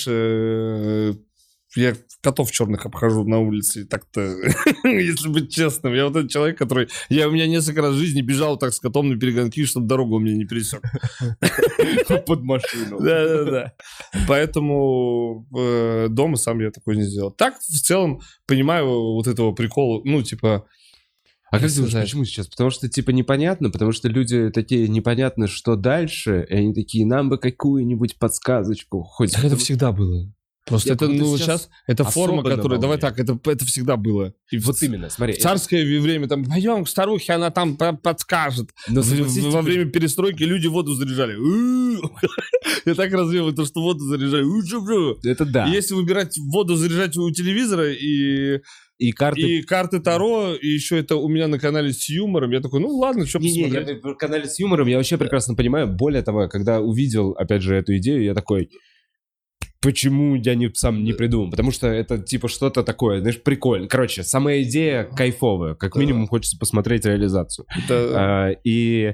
я котов черных обхожу на улице, и так-то, если быть честным, я вот этот человек, который... Я, у меня несколько раз в жизни бежал так с котом на перегонки, чтобы дорогу у меня не пересек. Под машину. Да-да-да. Поэтому э, дома сам я такой не сделал. Так, в целом, понимаю вот этого прикола, ну, типа... А как ты думаешь, почему сейчас? Потому что, типа, непонятно, потому что люди такие, непонятно, что дальше, и они такие, нам бы какую-нибудь подсказочку. Хоть так это всегда было. Просто это, ну, сейчас, сейчас это форма, которая... Давай так, это, это всегда было. И вот в, именно, смотри. В царское это... время, там, пойдем к старухе, она там подскажет. Но, в, во время перестройки люди воду заряжали. Я так развел то, что воду заряжали. Это да. Если выбирать воду заряжать у телевизора и... И карты... и карты Таро, и еще это у меня на канале с юмором. Я такой, ну ладно, что посмотреть. Не, не, на канале с юмором я вообще прекрасно понимаю. Более того, когда увидел, опять же, эту идею, я такой... Почему я не, сам не придумал? Потому что это типа что-то такое, знаешь, прикольно. Короче, сама идея кайфовая. Как да. минимум хочется посмотреть реализацию. Да. А, и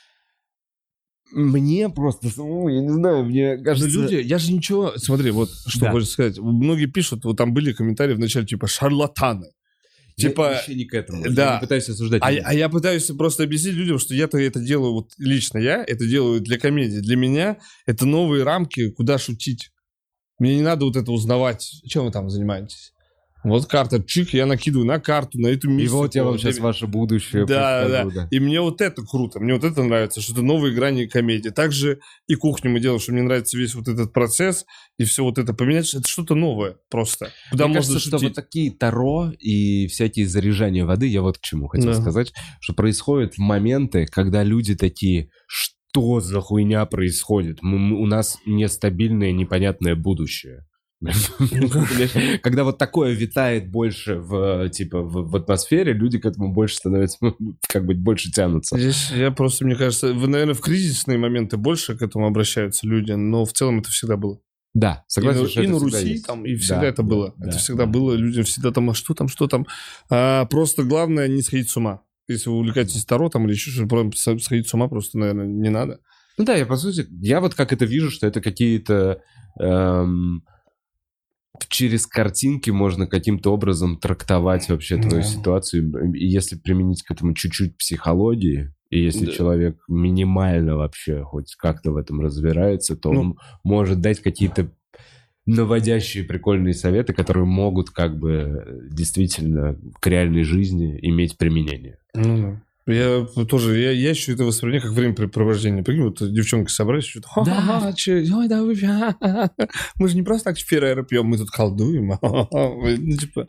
мне просто, ну, я не знаю, мне кажется... Люди, я же ничего... Смотри, вот что да. хочешь сказать. Многие пишут, вот там были комментарии в начале, типа, шарлатаны. Я типа, вообще не к этому. Да. Я не пытаюсь осуждать. А, а я пытаюсь просто объяснить людям, что я-то это делаю, вот лично я это делаю для комедии. Для меня это новые рамки, куда шутить. Мне не надо вот это узнавать. Чем вы там занимаетесь? Вот карта, чик, я накидываю на карту, на эту миссию. И вот я вам сейчас ваше будущее да, да, да. И мне вот это круто, мне вот это нравится, что это новые грани комедии. Также и кухню мы делаем, что мне нравится весь вот этот процесс, и все вот это поменять, это что-то новое просто. Куда мне можно кажется, шутить. Что вот такие Таро и всякие заряжания воды, я вот к чему хотел да. сказать, что происходят моменты, когда люди такие... Что за хуйня происходит? Мы, мы, у нас нестабильное, непонятное будущее. Когда вот такое витает больше в, типа, в, в атмосфере, люди к этому больше становятся, как бы больше тянутся. Здесь я просто, мне кажется, вы, наверное, в кризисные моменты больше к этому обращаются люди, но в целом это всегда было. Да, согласен, и, что и это на всегда Руси есть. Там, и всегда да, это было. Да, это да, всегда да. было. Людям всегда там, а что там, что там. А, просто главное не сходить с ума. Если вы увлекаетесь Таро там или еще что-то, сходить с ума просто, наверное, не надо. Ну да, я по сути, я вот как это вижу, что это какие-то эм, через картинки можно каким-то образом трактовать вообще твою да. ситуацию. И если применить к этому чуть-чуть психологии, и если да. человек минимально вообще хоть как-то в этом разбирается, то ну, он может дать какие-то наводящие прикольные советы, которые могут как бы действительно к реальной жизни иметь применение. Ну да. Я тоже, я, я еще это воспринимаю как времяпрепровождение. Прикинь, вот девчонки собрались, что-то, да, че, ой, да, выпьем. Мы же не просто так феррера пьем, мы тут колдуем. Ну, типа...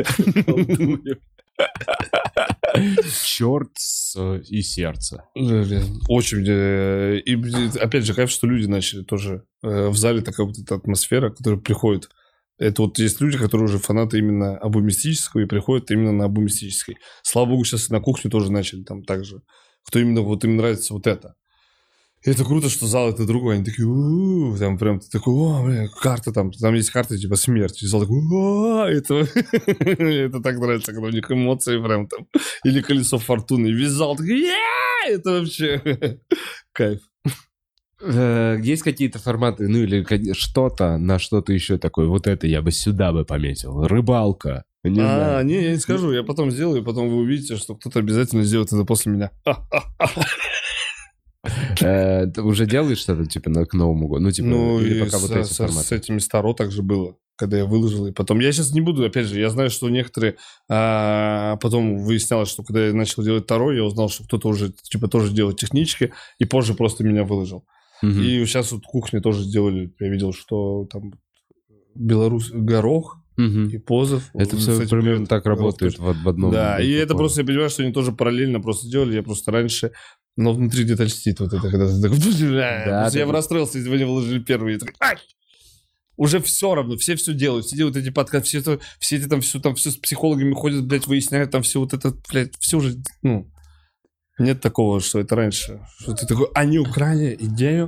Черт и сердце. Очень. И опять же, кайф, что люди начали тоже. В зале такая вот эта атмосфера, которая приходит. Это вот есть люди, которые уже фанаты именно абу-мистического и приходят именно на абу-мистической. Слава богу, сейчас и на кухню тоже начали там так же. Кто именно, вот им нравится вот это. И это круто, что зал это другой. Они такие, у-у-у, там прям ты такой, о, бля, карта там. Там есть карта типа смерти. И зал такой, о, это... это так нравится, когда у них эмоции прям там. Или колесо фортуны. И весь зал такой, это вообще кайф. Есть какие-то форматы, ну или что-то, на что-то еще такое, вот это я бы сюда бы пометил. Рыбалка. Не а, знаю. не, я не скажу, я потом сделаю, и потом вы увидите, что кто-то обязательно сделает это после меня. Э, Ты уже делаешь что-то, типа, на- к Новому году? Ну, типа, Ну, или и пока вот со- эти со- с форматы? этими Старо так же было, когда я выложил. И потом, я сейчас не буду, опять же, я знаю, что некоторые, а, потом выяснялось, что когда я начал делать Таро, я узнал, что кто-то уже, типа, тоже делает технички, и позже просто меня выложил. Мгм. И сейчас вот кухни тоже сделали, я видел, что там Беларусь, Горох Мгм. и Позов. Это Вот все с этим примерно делают так Горох работает тоже. в, в одном. Да, и это понял. просто, я понимаю, что они тоже параллельно просто делали, я просто раньше, но внутри где-то льстит вот это, когда ты такой, Да, просто я да. бы расстроился, если бы они выложили первые, я такой, «Ай!» Уже все равно, все все делают, все делают эти подкасты, все, это, все эти там все, там все с психологами ходят, блядь, выясняют там все вот это, блядь, все уже, ну, нет такого, что это раньше, что ты такой, они украли идею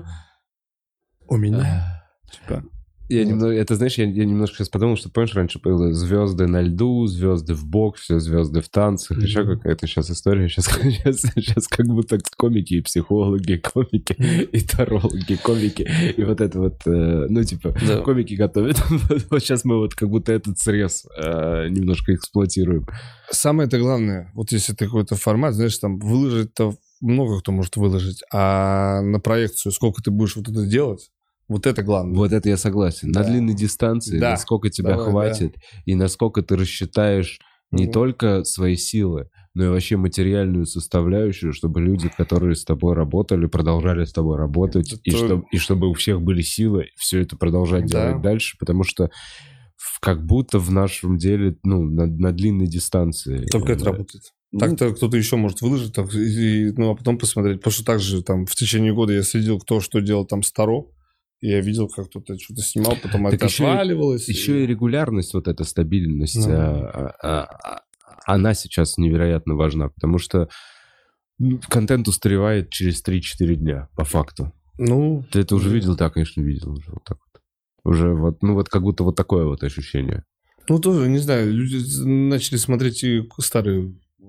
у меня, типа. Я Вот. немного, это, знаешь, я, я немножко сейчас подумал, что, помнишь, раньше было звезды на льду, звезды в боксе, звезды в танцах, еще Мгм. какая-то сейчас история. Сейчас, сейчас, сейчас как будто комики и психологи, комики и тарологи, комики. И вот это вот, э, ну, типа, Да. комики готовят. Вот сейчас мы вот как будто этот срез э, немножко эксплуатируем. Самое-то главное, вот если ты какой-то формат, знаешь, там выложить-то много кто может выложить, а на проекцию сколько ты будешь вот это делать, вот это главное. Вот это я согласен. На Да. длинной дистанции, Да. насколько тебя Давай, хватит, и насколько ты рассчитаешь не Мгм. только свои силы, но и вообще материальную составляющую, чтобы люди, которые с тобой работали, продолжали с тобой работать, Это и, то- чтобы, и чтобы у всех были силы все это продолжать Да. делать дальше, потому что в- как будто в нашем деле, ну, на, на длинной дистанции. Только это э, работает. ну, Так-то кто-то еще может выложить, так, и, ну, а потом посмотреть. Потому что также там в течение года я следил, кто что делал там Старо, и я видел, как кто-то что-то снимал, потом Так это еще и- отваливалось. Еще и регулярность, вот эта стабильность, Ну. а, а, а, она сейчас невероятно важна, потому что ну, контент устаревает через три-четыре дня, по факту. Ну, Ты это уже да. видел? Да, конечно, видел уже вот так вот. Уже вот, ну вот как будто вот такое вот ощущение. ну, тоже, не знаю, люди начали смотреть и старые. вот.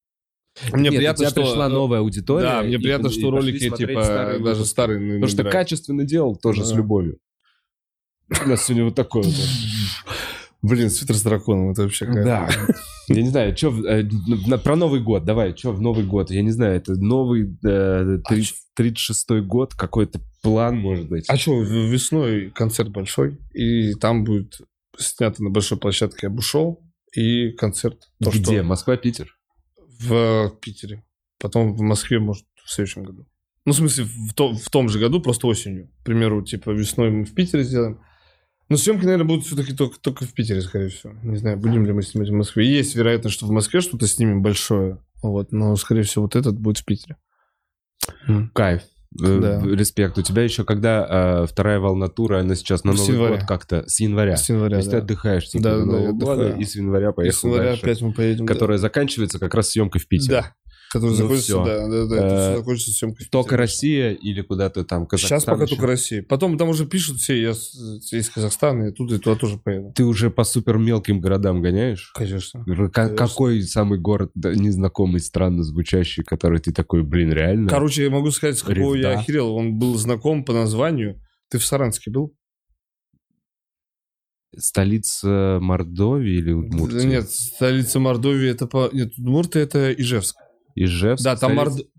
Мне Нет, приятно, у тебя что... пришла новая аудитория. Да, мне и- приятно, и что пошли ролики, смотреть типа, старые даже выпуски. старые Потому что набирают. качественно делал тоже с Да. любовью. У нас сегодня вот такое вот. Блин, свитер с драконом, это вообще кайф. Да. Я не знаю, что про Новый год, давай, что в Новый год? Я не знаю, это новый э, А тридцать- тридцать шестой год, какой-то план, может быть. А что, весной концерт большой, и там будет снято на большой площадке «Абушоу», и концерт. То, Где? что Москва, Питер? в Питере. Потом в Москве, может, в следующем году. Ну, в смысле, в, то- в том же году, просто осенью. К примеру, типа, весной мы в Питере сделаем. Но съемки, наверное, будут все-таки только, только в Питере, скорее всего. Не знаю, будем ли мы снимать в Москве. Есть вероятность, что в Москве что-то снимем большое. Вот, но, скорее всего, вот этот будет в Питере. М. Кайф. Э, Да. Респект. У тебя еще когда э, вторая волна тура, она сейчас на С Новый января. год как-то с января. С января, То есть ты да. отдыхаешь типа, Да, до да, Нового я года, отдыхаю. и с января И поехал с января дальше. опять мы поедем. да. Которая заканчивается как раз съемкой в Питере. Да. Который Ну, закончится, всё. да, да, да. Это Э, всё закончится съемкой в Только Питере. Россия или куда-то там Казахстан? Сейчас пока еще? только Россия. Потом там уже пишут все, я с- из Казахстана, и туда, и туда тоже поеду. Ты уже по супер мелким городам гоняешь? Конечно. Р- ка- Какой самый город да, незнакомый, странно звучащий, который ты такой, блин, реально? Короче, я могу сказать, с какого я Ревда. охерел. Он был знаком по названию. Ты в Саранске был? Столица Мордовии или Удмуртии? Да нет, столица Мордовии, это по... Нет, Удмуртия это Ижевск. Ижевск? Да, там столица- Морд...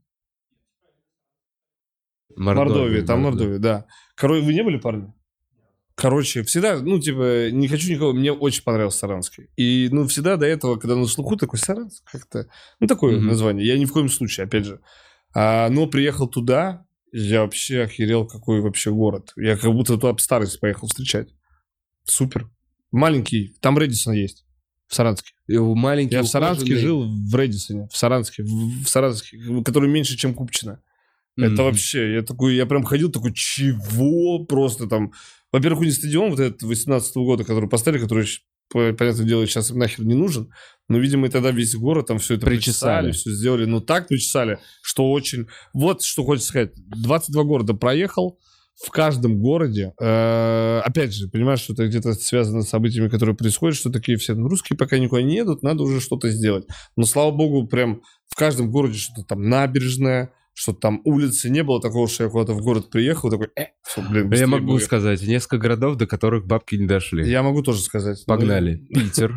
Мордовия. Мордовия, там Мордовия. Мордовия, да. Короче, вы не были, парни? Короче, всегда, ну, типа, не хочу никого, мне очень понравился Саранский. И, ну, всегда до этого, когда на слуху такой Саранск, как-то, ну, такое Мгм. название. Я ни в коем случае, опять же. А, но приехал туда, я вообще охерел, какой вообще город. Я как будто туда в старость поехал встречать. Супер. Маленький, там Рэдисон есть, в Саранске. И у маленький Я в Саранске ухоженный- жил, в Рэдисоне, в Саранске, в, в Саранске, который меньше, чем Купчино. Это Мгм. вообще, я такой, я прям ходил, такой, чего? Просто там, во-первых, у них стадион вот этот восемнадцатого года, который поставили, который, щ- по- понятное дело, сейчас им нахер не нужен, но, видимо, и тогда весь город там все это Причесали. причесали, все сделали, ну, так причесали, что очень... Вот что хочется сказать, двадцать два города проехал, в каждом городе, э, опять же, понимаешь, что это где-то связано с событиями, которые происходят, что такие все, ну, русские пока никуда не едут, надо уже что-то сделать. Но, слава богу, прям в каждом городе что-то там набережная, что там улицы не было такого, что я куда-то в город приехал, такой, э, фу, блин, Я могу будет. сказать, несколько городов, до которых бабки не дошли. Я могу тоже сказать. Погнали. Питер.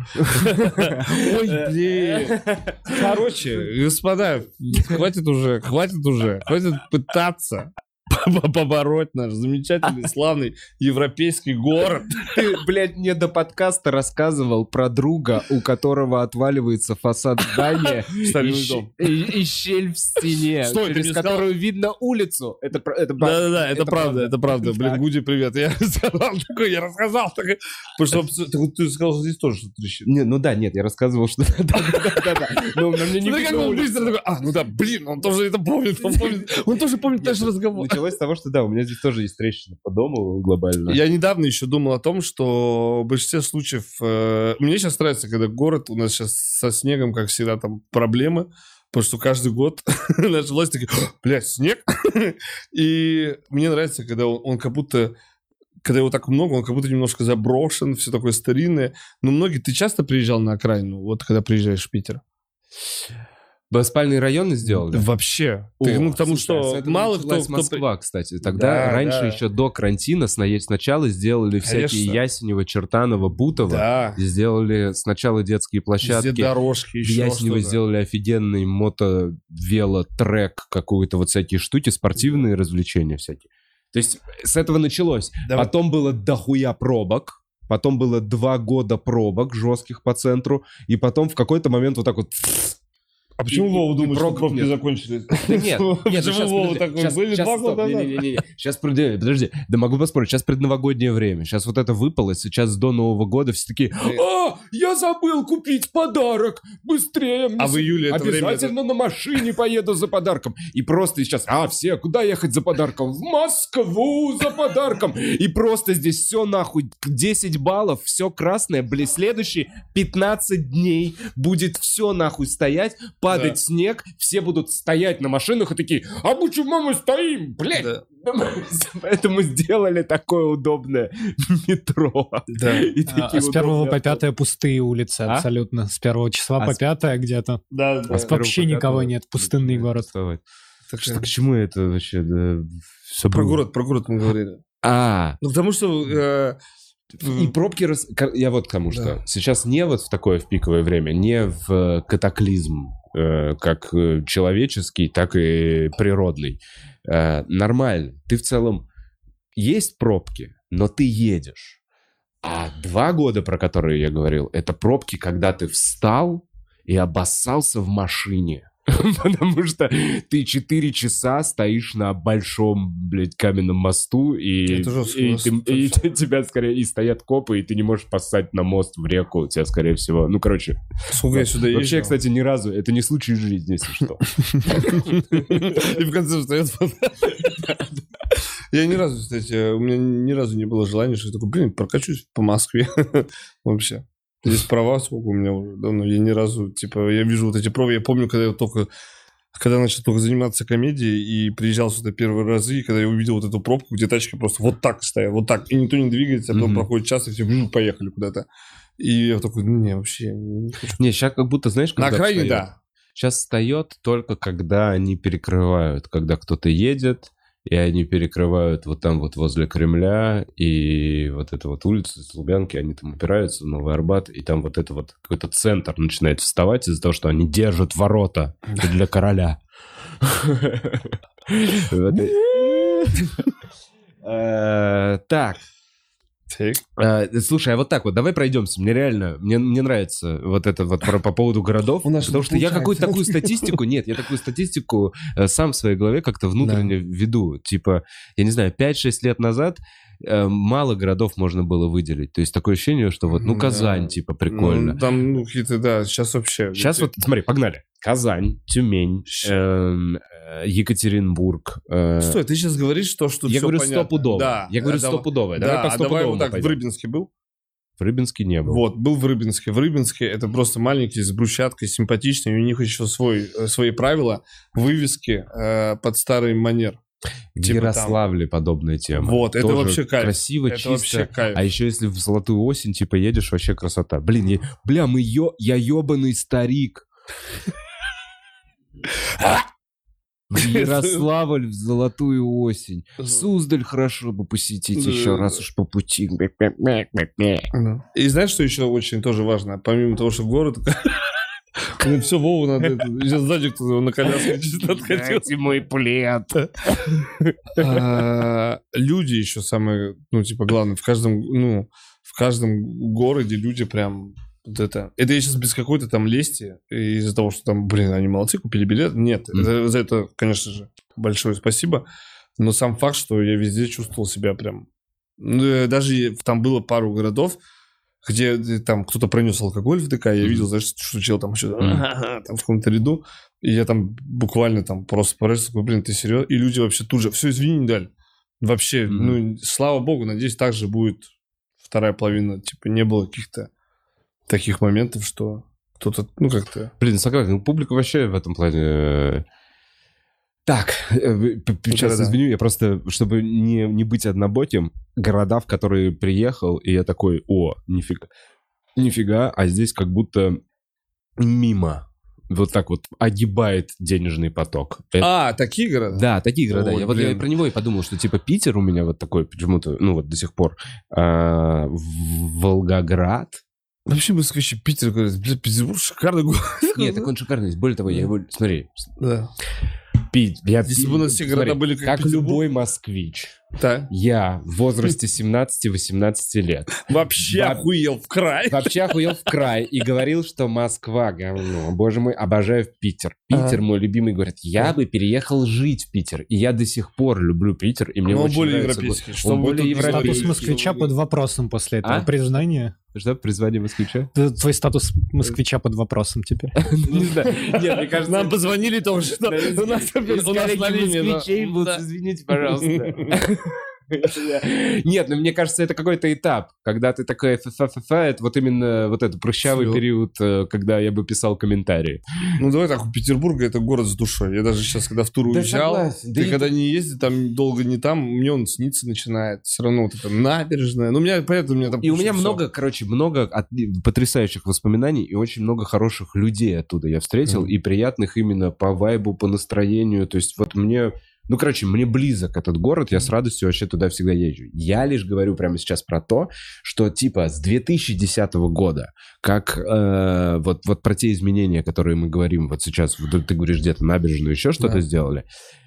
Ой, блин. Короче, господа, хватит уже, хватит уже, хватит пытаться побороть наш замечательный, славный европейский город. Ты, блядь, мне до подкаста рассказывал про друга, у которого отваливается фасад здания и, дом. и, и щель в стене, Стой, ты через мне которую видно улицу. Это, пр- это, Да-да-да, это, это правда, это правда. Блин, Так. Гуди, привет. Я рассказал такой, я рассказал такой. Потому что ты, ты сказал, что здесь тоже что-то трещит. Не, ну да, нет, я рассказывал, что... Да-да-да. Но на мне не Ну, ты видно как бы улицу. быстро такой, а, ну да, блин, он тоже это помнит, он помнит. Он тоже помнит наш разговор. Началось с того, что да, у меня здесь тоже есть трещина по дому глобально. Я недавно еще думал о том, что в большинстве случаев... э, мне сейчас нравится, когда город, у нас сейчас со снегом, как всегда, там проблемы, потому что каждый год наши власти такие, блядь, снег? И мне нравится, когда он, он как будто... Когда его так много, он как будто немножко заброшен, все такое старинное. Но многие... Ты часто приезжал на окраину, вот когда приезжаешь в Питер? Спальные районы сделали? Вообще. О, Ты, ну, к тому, слушай, а с что этого мало кто... началась кто... Москва, кстати. Тогда, Да, раньше да. еще до карантина, сна- сначала сделали всякие Конечно. Ясенево, Чертаново, Бутово. Да. Сделали сначала детские площадки. Везде дорожки, В еще Ясенево что-то. сделали офигенный мото-велотрек, какую-то вот всякие штуки, спортивные развлечения всякие. То есть с этого началось. Давай. Потом было дохуя пробок. Потом было два года пробок жестких по центру. И потом в какой-то момент вот так вот... А почему И- Вова и думает, что пробок пробки нет. закончились? Да нет, нет, ну Почему щас, Вова подожди, такой, щас- были щас, два стоп, года назад? не-не-не, сейчас, подожди, подожди, да могу поспорить, сейчас предновогоднее время, сейчас вот это выпало, сейчас до Нового года все такие, а, я забыл купить подарок, быстрее, мне А в с- июле это время... обязательно на машине поеду за подарком. И просто сейчас, а, все, куда ехать за подарком? В Москву за подарком. И просто здесь все нахуй, десять баллов, все красное, блин, следующие пятнадцать дней будет все нахуй стоять, падать Да. снег, все будут стоять на машинах и такие, а мы чего мы стоим, блядь? Да. Поэтому сделали такое удобное метро. Да. И А, такие с первого удобные по пятое пустые улицы, А? абсолютно. С первого числа А по с- пятое где-то. Да, да. А с первого Вообще по никого пятого нет, пустынный начинает город. пустовать. Так Что, что- к чему это вообще? Да, всё Про было. город, про город мы говорили. А, Ну, потому что... э, и пробки... рас- ка- Я вот к тому, что Да. сейчас не вот в такое в пиковое время, не в э, катаклизм, э, как э, человеческий, так и природный. Э, Нормально. Ты в целом... Есть пробки, но ты едешь. А два года, про которые я говорил, это пробки, когда ты встал и обоссался в машине. Потому что ты четыре часа стоишь на большом, блядь, каменном мосту, и, Это жестко, и, у нас ты- тут и вообще. тебя скорее и стоят копы, и ты не можешь поссать на мост в реку, тебя, скорее всего. Ну, короче. Сколько я сюда Вообще, ездил. кстати, ни разу. Это не случай жизни, если что. И в конце встает. Я ни разу, кстати, у меня ни разу не было желания, что я такой, блин, прокачусь по Москве. Вообще. Здесь права сколько у меня уже давно. Я ни разу, типа, я вижу вот эти пробы. Я помню, когда я только... Когда начал только заниматься комедией и приезжал сюда первые разы, и когда я увидел вот эту пробку, где тачки просто вот так стоят, вот так, и никто не двигается, а потом Мгм. проходит час, и все «Бжу, поехали куда-то. И я такой, ну, не, вообще не хочу. Не, сейчас как будто, знаешь, На когда окраине, встаёт? да. Сейчас встает только когда они перекрывают, когда кто-то едет, и они перекрывают вот там вот возле Кремля, и вот эта вот улица с Лубянки, они там упираются в Новый Арбат, и там вот это вот какой-то центр начинает вставать из-за того, что они держат ворота для короля. Вот и- Э, Так, Так. Э, слушай, а вот так вот, давай пройдемся. Мне реально, мне, мне нравится вот это вот про- по поводу городов. У нас Потому не что я получается. какую-то такую статистику, нет, я такую статистику э, сам в своей голове как-то внутренне веду. Типа, я не знаю, пять-шесть лет назад э, мало городов можно было выделить. То есть такое ощущение, что вот, ну, Да. Казань, типа, прикольно. Ну, там, ну, какие-то, да, сейчас вообще... Сейчас вот, смотри, погнали. Казань, Тюмень, эм, э, Екатеринбург. э, Стой, ты сейчас говоришь то, что Я всё говорю понятно. стопудово. Да. Я говорю А давай- стопудово. Да, Давай по а давай стопудовому вот так, в пойдем. Рыбинске был? В Рыбинске не был. Вот, был в Рыбинске. В Рыбинске это просто маленький, с брусчаткой, симпатичный. И у них еще свой, э, свои правила, вывески э, под старый манер. В Типа Ярославле подобная тема. Вот, это Тоже вообще кайф. красиво, Это чисто. вообще кайф. А еще если в золотую осень, типа, едешь, вообще красота. Блин, я, бля, мы ё, я ебаный старик. В Ярославль в золотую осень. Суздаль хорошо бы посетить еще раз уж по пути. И знаешь, что еще очень тоже важно? Помимо того, что город... Ну все, Вову надо... Сейчас сзади кто-то на коляске чисто откатил. Дайте мой плед. Люди еще самое, ну, типа, главное, в каждом, ну, в каждом городе люди прям... Вот это. Это я сейчас без какой-то там лести из-за того, что там, блин, они молодцы, купили билет. Нет, mm. это, за это, конечно же, большое спасибо. Но сам факт, что я везде чувствовал себя прям... Ну, даже там было пару городов, где там кто-то пронес алкоголь в ДК, я видел, знаешь, что чел там еще mm. там в каком-то ряду, и я там буквально там просто порылся, такой, блин, ты серьезно? И люди вообще тут же, все, извини, не дали. Вообще, mm. ну, слава богу, надеюсь, так же будет вторая половина, типа, не было каких-то таких моментов, что кто-то, ну, как-то... Блин, согласен, ну, публика вообще в этом плане... Так, сейчас да, извиню, я просто, чтобы не, не быть однобоким, города, в которые приехал, и я такой, о, нифига, нифига, а здесь как будто мимо. Вот так вот огибает денежный поток. А, такие города? Да, такие города. Ой, я, вот, я про него и подумал, что типа Питер у меня вот такой почему-то, ну вот до сих пор, а, Волгоград. Вообще москвичи Питер говорят, блядь, Петербург шикарный город. Нет, так он шикарный. Более того, я его... Смотри. Да. Пить. Я, Если бы у нас все города были как, как любой москвич. Да. Я в возрасте семнадцати-восемнадцати лет. Вообще Во... охуел в край. Вообще охуел в край. И говорил, что Москва говно. Боже мой, обожаю Питер. Питер а. мой любимый. Говорит, я а. бы переехал жить в Питер. И я до сих пор люблю Питер. И мне Но очень он более нравится. европейский. Что он более европейский. Статус москвича под вопросом после этого. А? Признание. Что? Призвание москвича? Твой статус москвича под вопросом теперь. Не знаю. Нет, мне кажется... Нам позвонили тоже, что у нас на линии. Москвичей будут, извините, пожалуйста. Нет, ну мне кажется, это какой-то этап, когда ты такой фа-фа-фа, это вот именно вот этот прыщавый Все. период, когда я бы писал комментарии. Ну давай так, у Петербурга это город с душой. Я даже сейчас, когда в тур уезжал, да, ты да когда и... не ездишь, там долго не там, мне он снится начинает. Все равно вот это набережная. Ну у меня, понятно, у меня там... И у меня все. много, короче, много от... потрясающих воспоминаний и очень много хороших людей оттуда я встретил, mm. и приятных именно по вайбу, по настроению. То есть вот мне... Ну, короче, мне близок этот город, я с радостью вообще туда всегда езжу. Я лишь говорю прямо сейчас про то, что типа с две тысячи десятого года, как э, вот, вот про те изменения, которые мы говорим вот сейчас, вот ты говоришь, где-то набережную еще что-то да. сделали,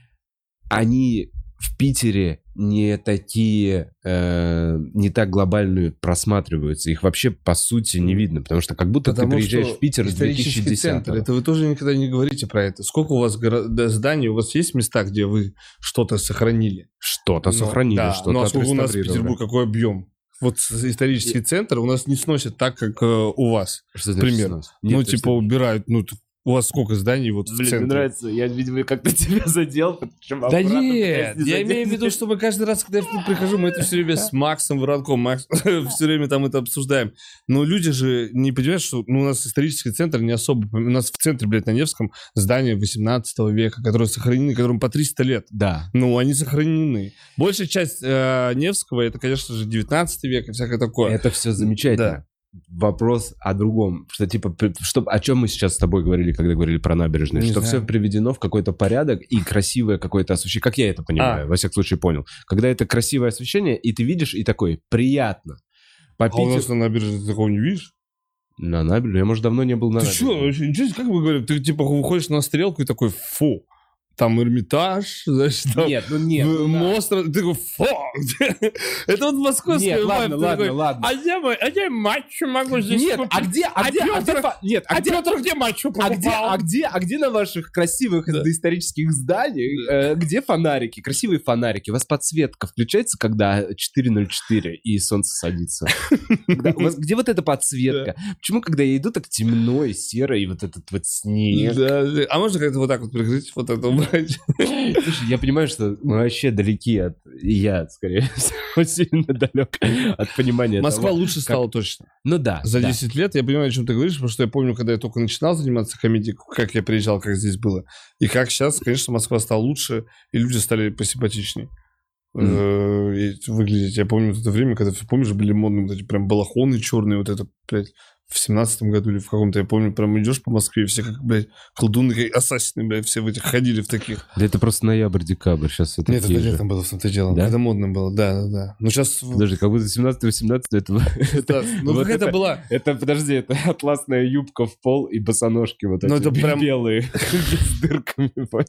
они в Питере не такие, э, не так глобально просматриваются. Их вообще, по сути, не видно, потому что как будто потому ты приезжаешь в Питер с две тысячи десятого. Это вы тоже никогда не говорите про это. Сколько у вас горо... зданий, у вас есть места, где вы что-то сохранили? Что-то но, сохранили, да. что-то ну, а сколько у нас в Петербурге, какой объем? Вот исторический и... центр у нас не сносят так, как э, у вас. Что значит примерно. Ну, типа, что... убирают, ну, у вас сколько зданий вот Блин, в центре? Мне нравится, я, видимо, как-то тебя задел. Да нет, я имею в виду, что мы каждый раз, когда я прихожу, мы это все время с Максом Воронком, Макс, все время там это обсуждаем. Но люди же не понимают, что ну, у нас исторический центр не особо... У нас в центре, блядь, на Невском здания восемнадцатого века, которые сохранены, которым по триста лет. Да. Ну, они сохранены. Большая часть э, Невского, это, конечно же, девятнадцатый век и всякое такое. Это все замечательно. Да. Вопрос о другом, что типа, что, о чем мы сейчас с тобой говорили, когда говорили про набережные, не что знаю. Все приведено в какой-то порядок и красивое какое-то освещение, как я это понимаю, а. во всяком случае понял. Когда это красивое освещение, и ты видишь, и такой, приятно. Попить... А у нас на набережной ты такого не видишь? На набережной? Я, может, давно не был на ты набережной. Ты что, ничего, как мы говорим, ты типа выходишь на стрелку и такой, фу. Там Эрмитаж, знаешь, там... Нет, ну нет. Мост, ну, да. Ты такой, фу! Это вот московская Нет, ладно, ладно, такой, ладно. А где, мы, а где матчу могу здесь Нет, купить? а где, а, а где, а где, нет, а, а где, Петр, где матчу покупал? А где, а где, а где на ваших красивых да. доисторических зданиях, э, где фонарики, красивые фонарики? У вас подсветка включается, когда четыре ноль четыре и солнце садится? Где вот эта подсветка? Почему, когда я иду, так темно и серо, и вот этот вот снег? А можно как-то вот так вот прикрыть вот это? Слушай, я понимаю, что мы вообще далеки от... И я, скорее всего, сильно далек от понимания Москва того, лучше как... стала точно. Ну да. За да. десять лет я понимаю, о чем ты говоришь, потому что я помню, когда я только начинал заниматься комедией, как я приезжал, как здесь было. И как сейчас, конечно, Москва стала лучше, и люди стали посимпатичнее. Mm. выглядеть. Я помню вот это время, когда, помнишь, были модные вот эти прям балахоны черные, вот это, блядь, в семнадцатом году или в каком-то, я помню, прям идешь по Москве, все как, блядь, колдуны, как ассасины, блядь, все в этих ходили в таких. Да это просто ноябрь-декабрь, сейчас это Нет, это летом было, в том-то дело. Да? Это модно было, да, да, да. Ну сейчас... Подожди, как будто семнадцатое-восемнадцатое это... Ну как это было? Это, подожди, это атласная юбка в пол и босоножки вот эти. Ну это прям... белые, с дырками.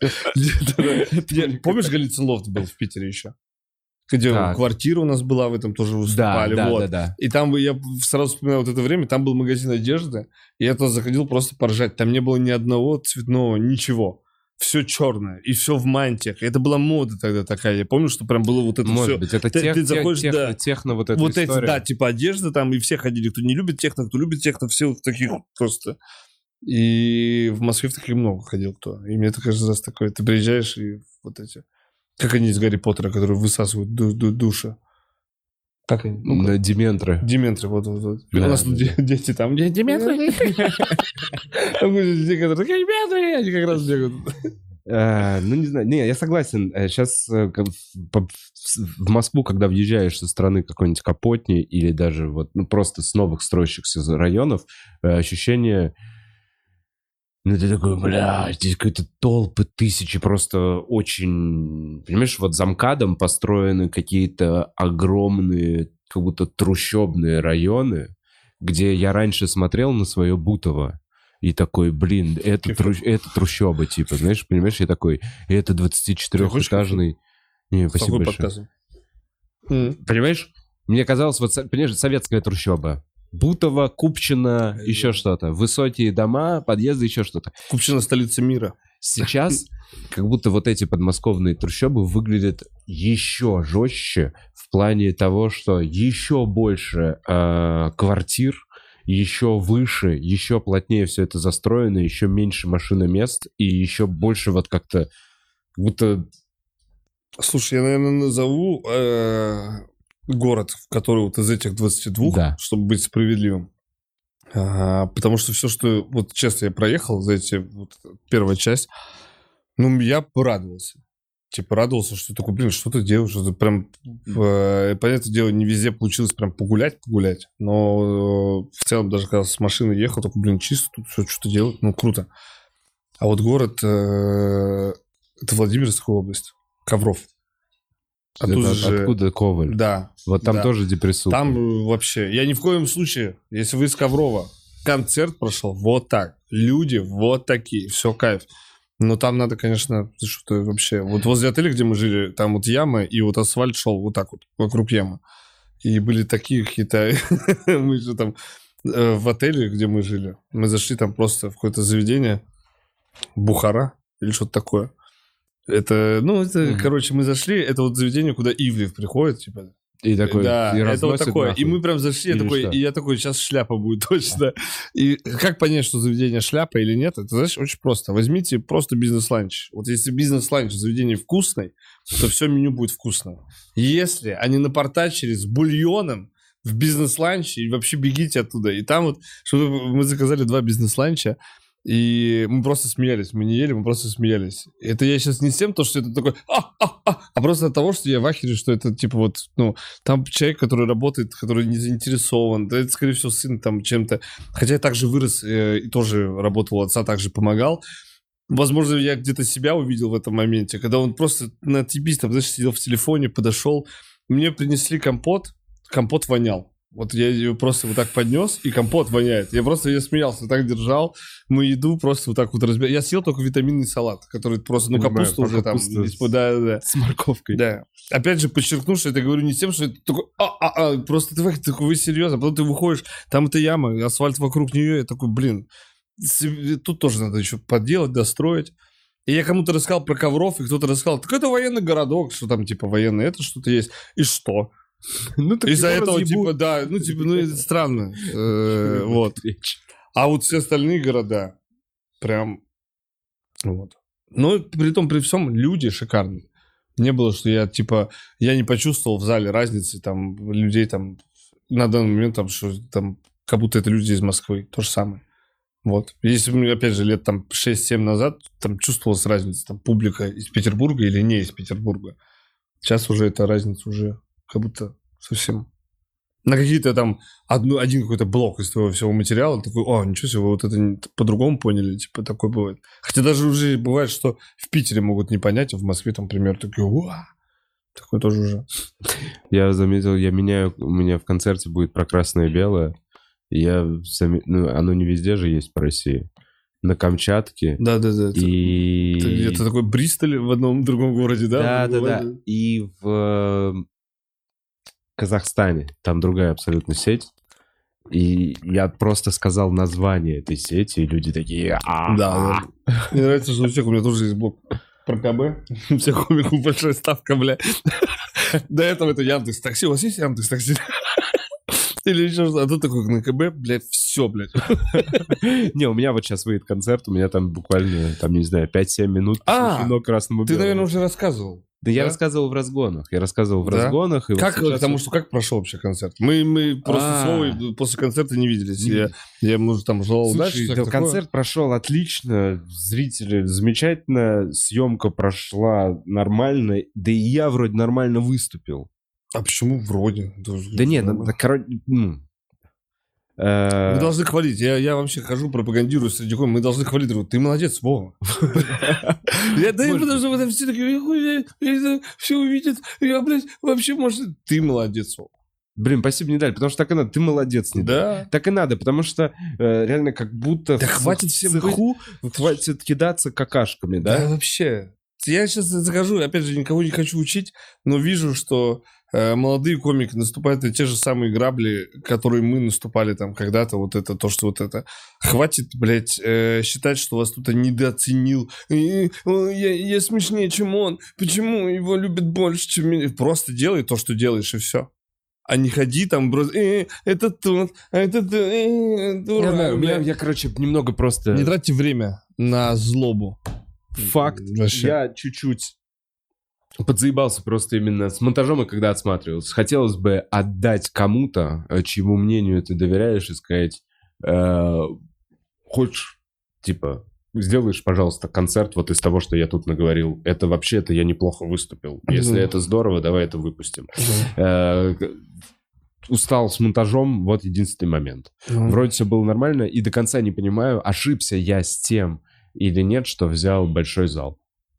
Помнишь, Голицын лофт был в Питере еще? Где так. Квартира у нас была, в этом тоже выступали. Да, вот. да, да, да. И там я сразу вспоминаю вот это время, там был магазин одежды, и я туда заходил просто поржать. Там не было ни одного цветного, ничего. Все черное, и все в мантиях. И это была мода тогда такая. Я помню, что прям было вот это Может все. быть, это ты, тех, ты тех, заходишь, тех, да. техно вот эта Вот история. эти, да, типа одежда там, и все ходили. Кто не любит техно, кто любит техно, все в таких просто. И в Москве в таких много ходил кто. И мне это каждый раз такое. Ты приезжаешь, и вот эти... Как они из Гарри Поттера, которые высасывают ду- ду- души. Как они? Ну, Да, дементры. Дементры, вот, вот, вот. Да, У нас да, тут да. дети там. «Де- Дементры? Там люди, которые такие, дементры, они как раз бегают. А, ну, не знаю. Не, я согласен. Сейчас в Москву, когда въезжаешь со стороны какой-нибудь Капотни или даже вот ну, просто с новых строящихся районов, э, ощущение... Ну, ты такой, бля, здесь какие-то толпы, тысячи, просто очень... Понимаешь, вот за МКАДом построены какие-то огромные, как будто трущобные районы, где я раньше смотрел на свое Бутово, и такой, блин, это, тру... это трущоба, типа, знаешь, понимаешь, я такой, это двадцатичетырёхэтажный... Не, спасибо большое. Понимаешь, мне казалось, вот, понимаешь, советская трущоба. Бутово, Купчино, еще что-то. Высокие дома, подъезды, еще что-то. Купчино — столица мира. Сейчас как будто вот эти подмосковные трущобы выглядят еще жестче в плане того, что еще больше э, квартир, еще выше, еще плотнее все это застроено, еще меньше машиномест и еще больше вот как-то будто... Слушай, я, наверное, назову... Э- город, в который вот из этих двадцати двух, да. чтобы быть справедливым. А, потому что все, что... Вот честно, я проехал за эти... Вот, первая часть. Ну, я порадовался. Типа, радовался, что такой, блин, что ты делаешь? Что ты прям... Э, понятное дело, не везде получилось прям погулять-погулять. Но э, в целом, даже когда с машины ехал, такой, блин, чисто тут все что-то делать. Ну, круто. А вот город... Э, это Владимирская область. Ковров. А это от, же... Откуда Коваль? Да. Вот там да. тоже депрессуха. Там вообще... Я ни в коем случае, если вы из Коврова, концерт прошел вот так. Люди вот такие. Все, кайф. Но там надо, конечно, что-то вообще... Вот возле отеля, где мы жили, там вот яма, и вот асфальт шел вот так вот вокруг ямы. И были такие какие-то... Мы же там в отеле, где мы жили, мы зашли там просто в какое-то заведение. Бухара или что-то такое. Это, ну, это, mm-hmm. короче, мы зашли, это вот заведение, куда Ивлев приходит, типа. И такой, да, и это вот такое. Нахуй. И мы прям зашли, я такой, и я такой, сейчас шляпа будет точно. И как понять, что заведение шляпа или нет? Это, знаешь, очень просто. Возьмите просто бизнес-ланч. Вот если бизнес-ланч в заведении вкусный, то все меню будет вкусное. Если они напортачили с бульоном в бизнес-ланче, и вообще бегите оттуда. И там вот, что мы заказали два бизнес-ланча, и мы просто смеялись. Мы не ели, мы просто смеялись. Это я сейчас не с тем, то, что это такой... А, а, а, а просто от того, что я в ахере, что это типа вот... Ну, там человек, который работает, который не заинтересован. Да это, скорее всего, сын там чем-то... Хотя я также вырос э, и тоже работал у отца, также помогал. Возможно, я где-то себя увидел в этом моменте, когда он просто на отъебись, там, знаешь, сидел в телефоне, подошел. Мне принесли компот. Компот вонял. Вот я ее просто вот так поднес, и компот воняет. Я просто я смеялся, так держал. Мы еду просто вот так вот разбирали. Я съел только витаминный салат, который просто, ну, Понимаю, капуста уже там. С... Да, да, да. С морковкой. Да. Опять же, подчеркну, что это говорю не с тем, что это такой, а-а-а, просто ты такой, вы серьезно? Потом ты выходишь, там это яма, асфальт вокруг нее, я такой, блин, тут тоже надо еще подделать, достроить. И я кому-то рассказал про Ковров, и кто-то рассказал, так это военный городок, что там, типа, военный, это что-то есть. И что? Ну, из-за этого, разъебу. Типа, да, ну, типа, ну, это странно. Вот. А вот все остальные города прям... Вот. Но при том, при всем, люди шикарные. Не было, что я, типа, я не почувствовал в зале разницы, там, людей, там, на данный момент, там, что, там, как будто это люди из Москвы. То же самое. Вот. Если бы, опять же, лет, там, шесть-семь назад, там, чувствовалась разница, там, публика из Петербурга или не из Петербурга. Сейчас уже эта разница уже... Как будто совсем на какие-то там одну, один какой-то блок из твоего всего материала, такой, о, ничего себе, вы вот это не, по-другому поняли, типа, такое бывает. Хотя даже уже бывает, что в Питере могут не понять, а в Москве, там, например, такие, уа, такое тоже уже. Я заметил, я меняю, у меня в концерте будет про красное и белое, я, зам... ну, оно не везде же есть по России. На Камчатке. Да-да-да. И... Это где-то такой Бристоль в одном другом городе, да? Да-да-да. И в Казахстане. Там другая абсолютно сеть. И я просто сказал название этой сети, и люди такие... Да, да. Мне нравится, что у всех у меня тоже есть блог про КБ. У всех комиков большая ставка, бля. До этого это Яндекс.Такси. У вас есть Яндекс.Такси? Или еще что-то. А тут такой на КБ, блядь, все, блядь. Не, у меня вот сейчас выйдет концерт, у меня там буквально, там, не знаю, пять-семь минут посвящено красному белому. Ты, наверное, уже рассказывал. Да, я рассказывал в разгонах. Я рассказывал в разгонах. Как, потому что как прошел вообще концерт? Мы, мы просто с Вовой после концерта не виделись. Я, я может, там желал удачи. Да, концерт прошел отлично, зрители замечательно, съемка прошла нормально, да и я вроде нормально выступил. А почему вроде? Да нет, короче... Мы должны хвалить. Я, я вообще хожу, пропагандирую среди ком. Мы должны хвалить друг. Ты молодец, Вова. Я да, потому что там все такие, все увидят. Я, блядь, вообще, может... Ты молодец, Вова. Блин, спасибо, не дали, потому что так и надо. Ты молодец, не дали. Да. Так и надо, потому что реально как будто... Да хватит всем цеху, хватит кидаться какашками, да? Да, вообще. Я сейчас захожу, опять же, никого не хочу учить, но вижу, что э, молодые комики наступают на те же самые грабли, которые мы наступали там когда-то, вот это, то, что вот это. Хватит, блядь, э, считать, что вас кто-то недооценил. И, о, я, я смешнее, чем он. Почему его любят больше, чем меня? Просто делай то, что делаешь, и все. А не ходи там, просто, э, это тот, а это тот, э, дурак, я, знаю, я, я, короче, немного просто... Не тратьте время на злобу. Факт. Вообще. Я чуть-чуть подзаебался просто именно с монтажом, и когда отсматривался. Хотелось бы отдать кому-то, чьему мнению ты доверяешь, и сказать, э, хочешь, типа, сделаешь, пожалуйста, концерт вот из того, что я тут наговорил. Это вообще-то я неплохо выступил. Если mm-hmm. это здорово, давай это выпустим. Mm-hmm. Э, устал с монтажом, вот единственный момент. Mm-hmm. Вроде все было нормально, и до конца не понимаю, ошибся я с тем, или нет, что взял большой зал.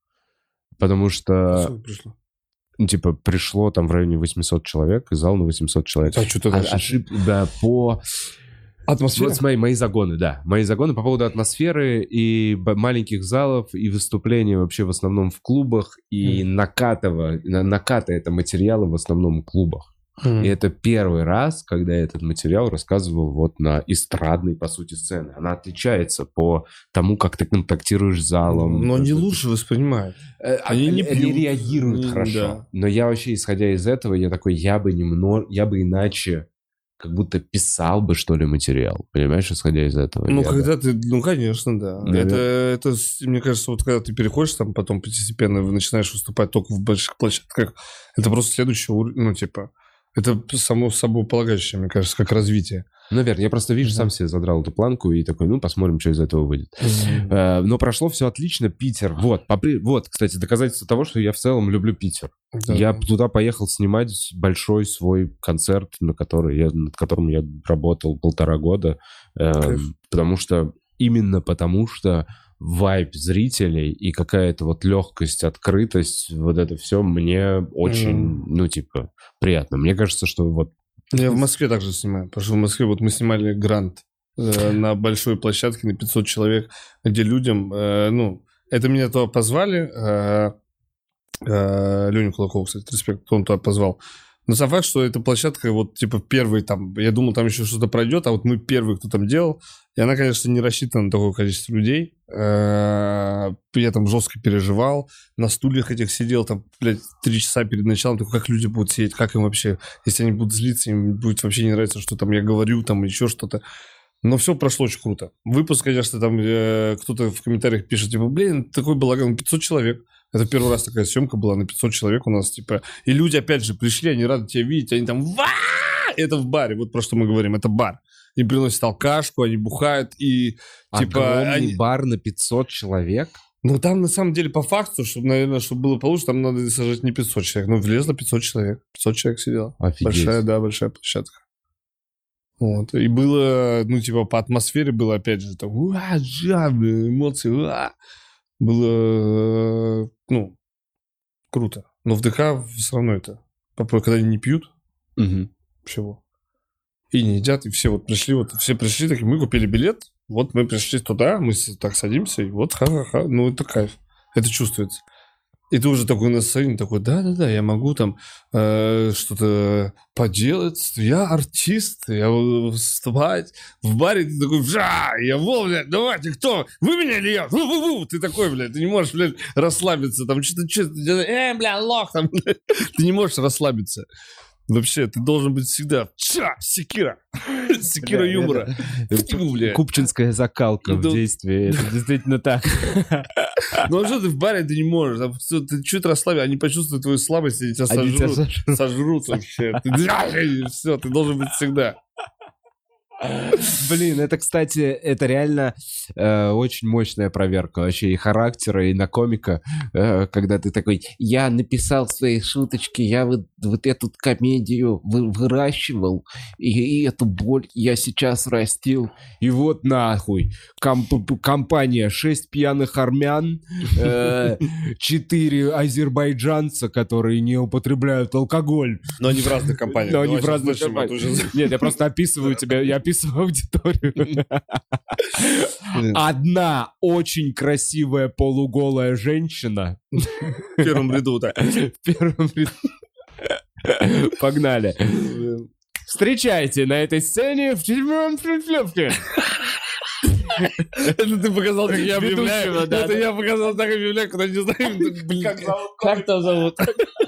Потому что, ну, типа, пришло там в районе восемьсот человек, и зал на восемьсот человек. А что ты ошиб... ошиб... Да, по... Атмосфера? Вот мои, мои загоны, да. Мои загоны по поводу атмосферы и маленьких залов, и выступления вообще в основном в клубах, и mm. накатого, наката это материалы в основном в клубах. Mm. И это первый раз, когда я этот материал рассказывал вот на эстрадной, по сути, сцене. Она отличается по тому, как ты контактируешь с залом. Но они лучше воспринимают. Они, они не они реагируют не, хорошо. Да. Но я вообще, исходя из этого, я такой, я бы немного, я бы иначе как будто писал бы, что ли, материал. Понимаешь, исходя из этого. Ну, я, когда да. ты... Ну, конечно, да. да это, это, мне кажется, вот когда ты переходишь там, потом постепенно начинаешь выступать только в больших площадках, это просто следующий уровень, ну, типа... Это само собой полагающее, мне кажется, как развитие. Наверное, я просто, видишь, mm-hmm. сам себе задрал эту планку и такой, ну, посмотрим, что из этого выйдет. Mm-hmm. Uh, но прошло все отлично. Питер. Вот, попри... вот, кстати, доказательство того, что я в целом люблю Питер. Mm-hmm. Я туда поехал снимать большой свой концерт, на который я, над которым я работал полтора года. Uh, потому что, именно потому что вайб зрителей и какая-то вот легкость, открытость, вот это все мне очень, mm. ну, типа, приятно. Мне кажется, что вот... Я в Москве также снимаю, потому что в Москве вот мы снимали грант э, на большой площадке на пятьсот человек, где людям, э, ну, это меня туда позвали, э, э, Леню Кулакову, кстати, респект, он туда позвал. Но сам факт, что эта площадка, вот, типа, первый там, я думал, там еще что-то пройдет, а вот мы первый, кто там делал, и она, конечно, не рассчитана на такое количество людей. Я там жестко переживал, на стульях этих сидел, там, блядь, три часа перед началом, такой, как люди будут сидеть, как им вообще, если они будут злиться, им будет вообще не нравиться, что там я говорю, там, еще что-то. Но все прошло очень круто. Выпуск, конечно, там э, кто-то в комментариях пишет, типа, блин, такой балаган, пятьсот человек. Это первый раз такая съемка была на пятьсот человек у нас, типа. И люди, опять же, пришли, они рады тебя видеть, они там, ва! Это в баре, вот про что мы говорим, это бар. Им приносят алкашку, они бухают, и, типа... Огромный они... бар на пятьсот человек? Ну, там, на самом деле, по факту, чтобы, наверное, чтобы было получше, там надо сажать не пятьсот человек. Ну, влезло пятьсот человек. пятьсот человек сидело. Офигеть. Большая, да, большая площадка. Вот. И было, ну, типа, по атмосфере было, опять же, там, уа, жа, эмоции, уа. Было, ну, круто. Но в ДК все равно это, когда они не пьют Мгм. всего и не едят, и все вот пришли, вот все пришли, такие, мы купили билет, вот мы пришли туда, мы с- так садимся, и вот ха-ха-ха, ну, это кайф, это чувствуется. И ты уже такой настроение, такой, да-да-да, я могу там э, что-то поделать, я артист, я буду выступать. В баре ты такой, жа, я вол, блядь, давайте, кто? Вы меня или я? Ву-ву-ву. Ты такой, блядь, ты не можешь, блядь, расслабиться, там что-то, что-то, э, бля, лох, там, блядь. Ты не можешь расслабиться. Вообще, ты должен быть всегда, ча, секира, секира Бля, юмора. Фу, бля. Купчинская закалка в Да. действии. Это действительно так. Ну, а что ты в баре, ты не можешь. Там всё, ты чуть расслабишь, они почувствуют твою слабость, и тебя Они тебя сожрут. сожрут. Сожрут вообще. Все, ты должен быть всегда. Блин, это, кстати, это реально э, очень мощная проверка вообще и характера, и на комика, э, когда ты такой, я написал свои шуточки, я вот, вот эту комедию вы- выращивал, и, и эту боль я сейчас растил, и вот нахуй, комп- компания шесть пьяных армян, э, четыре азербайджанца, которые не употребляют алкоголь. Но они в разных компаниях. Но они Давай в сейчас разных начнем, а то компаниях. уже- Нет, я просто описываю тебя, я описываю аудиторию. Одна очень красивая полуголая женщина В первом ряду, да. в первом ряду. Погнали. Встречайте на этой сцене в четвертом флюфлюфке. Это ты показал, как я объявляю. Ведущего, да, Это да. я показал, так объявляю, когда не знаю, блин, как там зовут.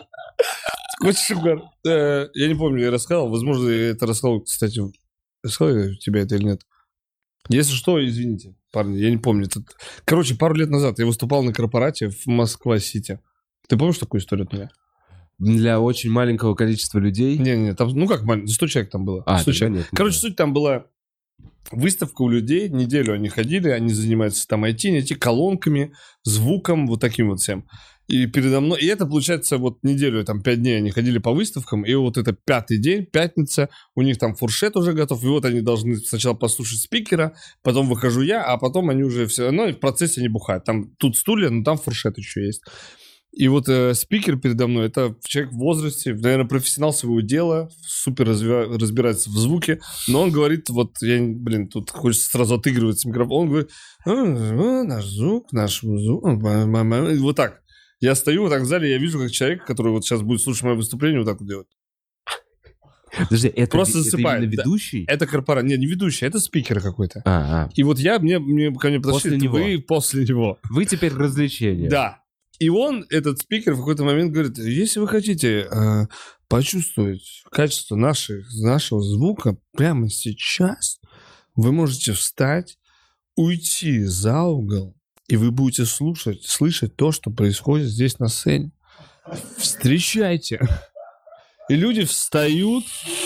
Хочешь угар? Э, Я не помню, я рассказал. Возможно, я это рассказал, кстати. Рассказал я тебе это или нет? Если что, извините, парни, я не помню. Это- Короче, пару лет назад я выступал на корпорате в Москва-Сити. Ты помнишь такую историю от меня? Для очень маленького количества людей. Не-не, там, ну как, маленько, сто человек там было. А, сто тогда человек. нет, не Короче, знаю. суть там была выставка у людей, неделю они ходили, они занимаются там ай ти, не ай ти, колонками, звуком, вот таким вот всем. И передо мной, и это получается вот неделю, там пять дней они ходили по выставкам, и вот это пятый день, пятница, у них там фуршет уже готов, и вот они должны сначала послушать спикера, потом выхожу я, а потом они уже все равно в процессе не бухают. Там тут стулья, но там фуршет еще есть. И вот э, спикер передо мной, это человек в возрасте, наверное, профессионал своего дела, супер развива- разбирается в звуке, но он говорит, вот, я, не- блин, тут хочется сразу отыгрывать с микрофоном, он говорит, «А, а, наш звук, наш звук, ба- ба- ба». И вот так. Я стою вот так в зале, я вижу, как человек, который вот сейчас будет слушать мое выступление, вот так вот делает. Подожди, это, Просто ви- это засыпает, именно да. ведущий? Это корпорат, не, не ведущий, это спикер какой-то. А, а. И вот я, мне, мне ко мне подошли, После него. вы после него. Вы теперь развлечение. Да. И он, этот спикер, в какой-то момент говорит, если вы хотите э, почувствовать качество наших, нашего звука прямо сейчас, вы можете встать, уйти за угол, и вы будете слушать, слышать то, что происходит здесь на сцене. Встречайте. И люди встают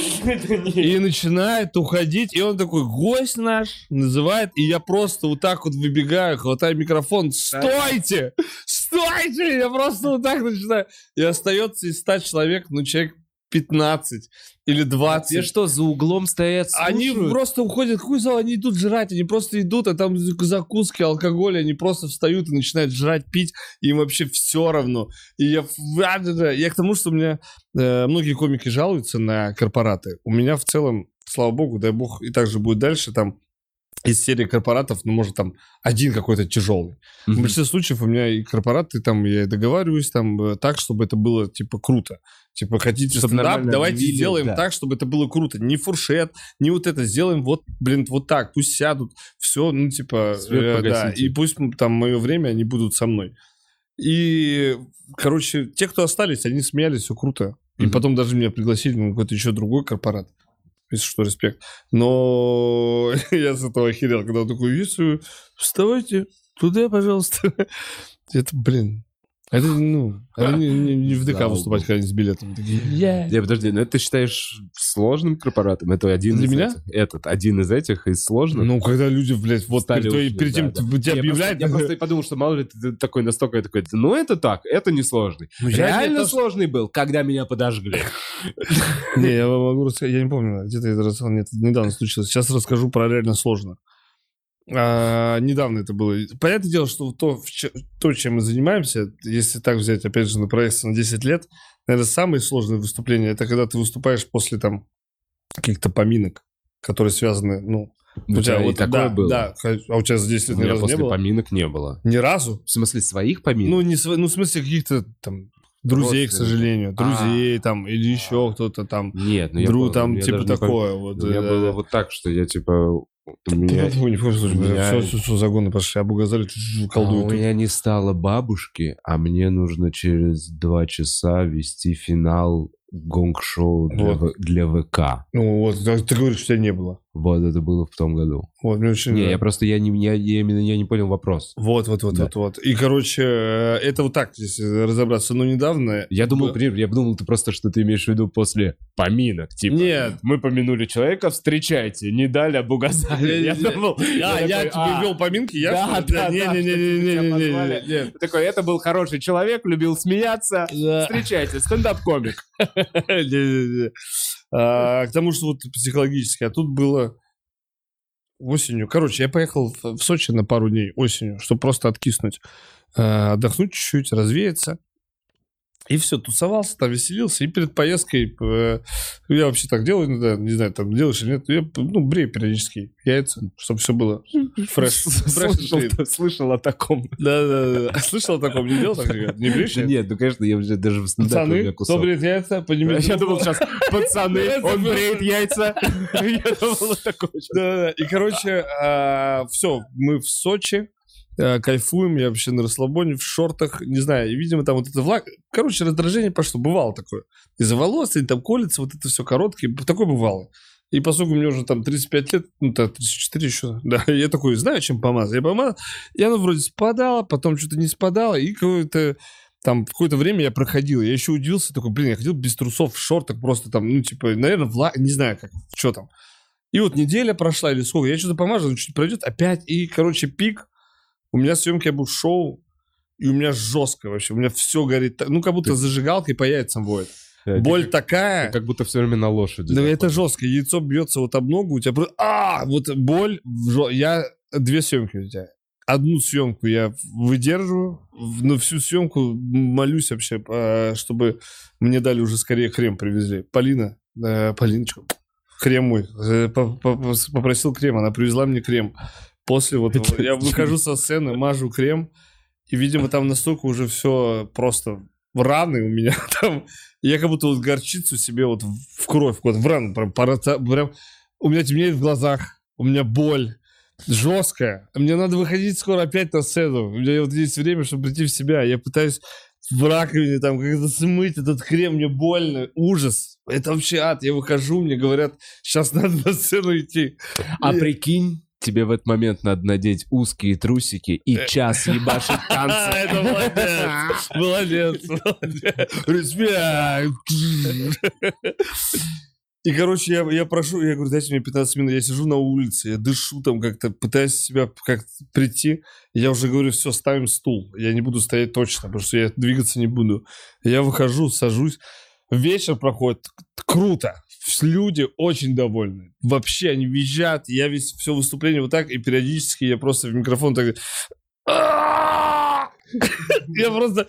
и начинают уходить. И он такой, гость наш, называет. И я просто вот так вот выбегаю, хватаю микрофон. Стойте! Стойте! Я просто вот так начинаю. И остается из ста человек, ну, человек пятнадцать или двадцать. Те что, за углом стоят, Они слушают? просто уходят, какой зал, они идут жрать, они просто идут, а там закуски, алкоголь, они просто встают и начинают жрать, пить, и им вообще все равно. И я, я к тому, что у меня э, многие комики жалуются на корпораты. У меня в целом, слава богу, дай бог, и так же будет дальше, там из серии корпоратов, ну, может, там один какой-то тяжелый. В большинстве случаев у меня и корпораты, там, я и договариваюсь там э, так, чтобы это было, типа, круто. Типа, хотите Чтоб стендап, нормально давайте объявили, сделаем да. так, чтобы это было круто. Не фуршет, не вот это, сделаем вот, блин, вот так, пусть сядут, все, ну, типа, Свет э, да, погасите. и пусть м, там мое время, они будут со мной. И, короче, те, кто остались, они смеялись, все круто. И Мгм. потом даже меня пригласили на какой-то еще другой корпорат. Если что, респект. Но я с этого охерел, когда он такой, если вы вставайте туда, пожалуйста. Это, блин, Это, ну, это не, не, не в ДК выступать когда-нибудь с билетом. Yeah. Не, подожди, ну это ты считаешь сложным корпоратом? Это один Для из меня? этих? Этот, один из этих из сложных? Ну, когда люди, блядь, вот перед, ушли, перед тем, да, да. тебя я объявляют... Просто, я просто подумал, что мало ли ты такой настолько, я такой, ну это так, это не сложный. Ну, реально это... сложный был, когда меня подожгли. Не, я могу рассказать, я не помню, где-то это рассказал, нет, недавно случилось. Сейчас расскажу про реально сложно. А, недавно это было. Понятное дело, что то, то, чем мы занимаемся, если так взять, опять же, на проекте на десять лет, наверное, самые сложные выступления, это когда ты выступаешь после там каких-то поминок, которые связаны, ну, у тебя вот, такое да, было? Да, а у тебя за десять лет ни разу после не было? поминок не было. Ни разу? В смысле, своих поминок? Ну, не, ну в смысле, каких-то там друзей, к сожалению. Друзей А. там, или еще кто-то там. Нет, ну я Друг, был, там, типа такое. Не Вот, у меня да, было да. вот так, что я, типа... У меня... Ну, ни в коем случае. меня... Все, все, все, загоны пошли. Абу Газали колдует. А у меня не стало бабушки, а мне нужно через два часа вести финал гонг-шоу для, вот. в... для ВК. Ну вот, ты говоришь, что у тебя не было. Вот, это было в том году. Вот, мне очень не, нравится. я просто, я, не, я, я именно я не понял вопрос. Вот, вот, вот, да. вот, вот. И, короче, это вот так, если разобраться. Но недавно... Я думал, б... я думал, ты просто, что ты имеешь в виду после поминок. Типа, нет. Мы помянули человека, встречайте, не дали Абу Газали. Я думал... А, я тебе вел поминки, я... Да, да, да. Не-не-не-не-не-не. Такой, это был хороший человек, любил смеяться. Встречайте, стендап-комик. К тому, что вот психологически. А тут было... Осенью. Короче, я поехал в Сочи на пару дней осенью, чтобы просто откиснуть, э, отдохнуть чуть-чуть, развеяться. И все, тусовался, там веселился. И перед поездкой э, я вообще так делаю иногда, не знаю, там делаешь или нет, я, ну, брею периодически яйца, чтобы все было фреш. Слышал, слышал о таком. Да-да-да. Слышал о таком? Не делал так? Не бреешь? Нет, ну, конечно, я уже даже в стендапе у меня кусок. Кто бреет яйца? Поднимите. Я думал сейчас, пацаны, он бреет яйца. Я думал, такое. Да-да. И, короче, все, мы в Сочи. Кайфуем, я вообще на расслабоне, в шортах, не знаю, и, видимо, там вот это влаг... Короче, раздражение пошло, бывало такое. Из-за волос, они там колется, вот это все короткое, такое бывало. И поскольку мне уже там тридцать пять лет, ну, так, тридцать четыре еще, да, я такой, знаю, чем помазать. Я помазал, и оно вроде спадало, потом что-то не спадало, и какое-то... Там какое-то время я проходил, я еще удивился, такой, блин, я ходил без трусов, в шортах, просто там, ну, типа, наверное, влаг... не знаю, как, что там. И вот неделя прошла или сколько, я что-то помазал, чуть пройдет, опять, и, короче, пик. У меня съемки, я был в шоу, и у меня жестко вообще. У меня все горит. Ну, как будто ты... зажигалкой по яйцам воет. Да, боль как, такая. Как будто все время на лошади. Да, это жестко. Яйцо бьется вот об ногу, у тебя просто... А, вот боль. Я... Две съемки у тебя. Одну съемку я выдерживаю, но всю съемку молюсь вообще, чтобы мне дали уже скорее крем привезли. Полина, э, Полиночка, крем мой. Попросил крем, она привезла мне крем. После вот я выхожу со сцены, мажу крем, и, видимо, там настолько уже все просто в раны у меня там. Я как будто вот горчицу себе вот в кровь, вот в рану, прям, прям у меня темнеет в глазах, у меня боль жесткая. Мне надо выходить скоро опять на сцену. У меня вот есть время, чтобы прийти в себя. Я пытаюсь в раковине там как-то смыть этот крем, мне больно, ужас. Это вообще ад. Я выхожу, мне говорят, сейчас надо на сцену идти. А и... прикинь, тебе в этот момент надо надеть узкие трусики и час ебашить танцы. Это молодец. Молодец. Респект. И, короче, я, я прошу, я говорю, дайте мне пятнадцать минут, я сижу на улице, я дышу там как-то, пытаюсь себя как-то прийти. Я уже говорю, все, ставим стул. Я не буду стоять точно, потому что я двигаться не буду. Я выхожу, сажусь. Вечер проходит круто. Люди очень довольны. Вообще, они визжат. Я весь все выступление вот так, и периодически я просто в микрофон так... Я просто...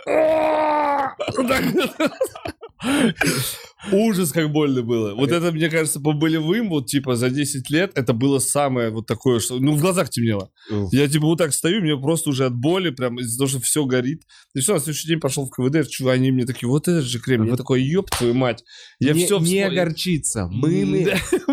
Ужас, как больно было. Вот это, мне кажется, по болевым, вот, типа, за десять лет, это было самое вот такое, что... Ну, в глазах темнело. Уф. Я, типа, вот так стою, мне просто уже от боли, прям из-за того, что все горит. И все, на следующий день пошел в КВД, чувак, они мне такие, вот это же крем. Я такой, ёб твою мать. Я не, все не огорчиться. Мы... мы...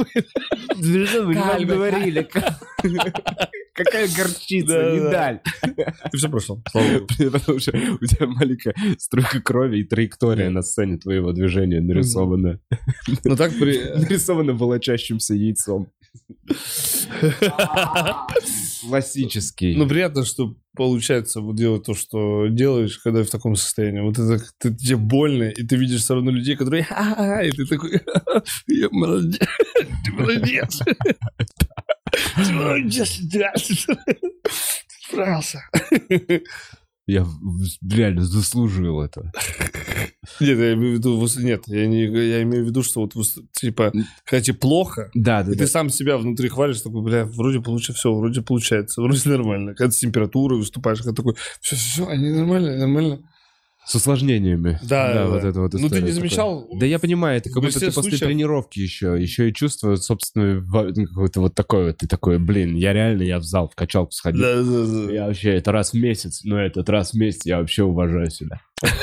Как говорили. Какая горчица, не даль. И все прошло. Потому что у тебя маленькая струйка крови и траектория на сцене твоего движения нарисована. Ну так при... нарисована волочащимся яйцом. классический. Ну, приятно, что получается вот делать то, что делаешь, когда в таком состоянии. Вот это ты, тебе больно, и ты видишь все равно людей, которые ха-ха-ха, и ты такой, я молодец, ты молодец. Ты молодец, да. Справился. Я реально заслужил это. Нет, я имею в виду, нет, я, не, я имею в виду, что вот, типа, когда тебе плохо, да, да, и да. ты сам себя внутри хвалишь, такой, бля, вроде получается, все, вроде получается, вроде нормально. Когда с температурой выступаешь, когда такой, все, все, они нормально, нормально. С усложнениями. Да, да, вот да. это вот Ну, ты не такая. замечал? Да я понимаю, это как будто ты после случаев... тренировки еще, еще и чувствуешь собственную какое-то вот такое вот, ты такой, блин, я реально, я в зал, в качалку сходил. Да, да, да. Я вообще, это раз в месяц, но этот раз в месяц я вообще уважаю себя.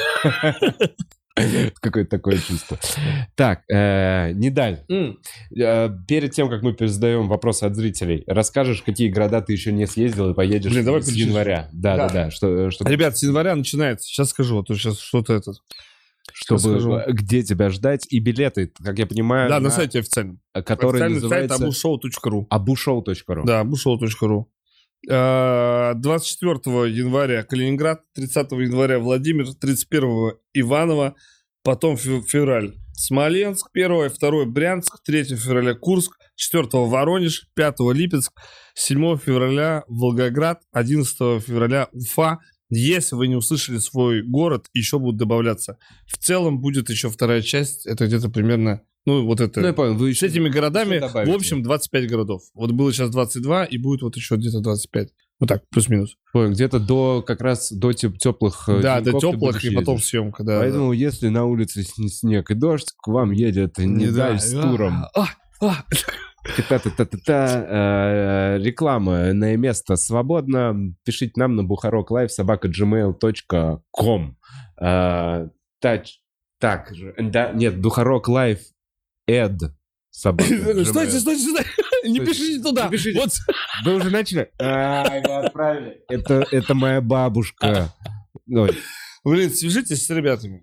Какое-то такое чувство. Так, Нидаль, перед тем, как мы задаем вопросы от зрителей, расскажешь, какие города ты еще не съездил и поедешь с января. Да, да, да. Ребят, с января начинается. Сейчас скажу, а то сейчас что-то это... Чтобы где тебя ждать. И билеты, как я понимаю... Да, на сайте официальном. Который называется... сайт абушоу точка ру. абушоу точка ру. Да, абушоу точка ру. двадцать четвёртого января Калининград, тридцатого января Владимир, тридцать первого Иваново, потом февраль Смоленск, первое, второе Брянск, третьего февраля Курск, четвёртого Воронеж, пятого Липецк, седьмого февраля Волгоград, одиннадцатого февраля Уфа. Если вы не услышали свой город, еще будут добавляться. В целом будет еще вторая часть, это где-то примерно... Ну, вот это. Ну, я понял, вы с этими городами, в общем, двадцать пять городов. Вот было сейчас двадцать два, и будет вот еще где-то двадцать пять. Вот так, плюс-минус. Понял, где-то до, как раз до теп- теплых... Да, до теплых, и потом ездить. Съемка, да. Поэтому, да. если на улице снег и дождь, к вам едет Нидаль с туром. А, а. Та-та-та-та-та. Реклама, место свободно. Пишите нам на бухароклайв собака джимейл точка ком. Так, да, нет, бухароклайв Эд. Стойте, стойте, стойте. Не пишите туда. Не пишите. Вот. Вы уже начали? Ай, вы отправили. Это, это моя бабушка. Ой. Блин, свяжитесь с ребятами.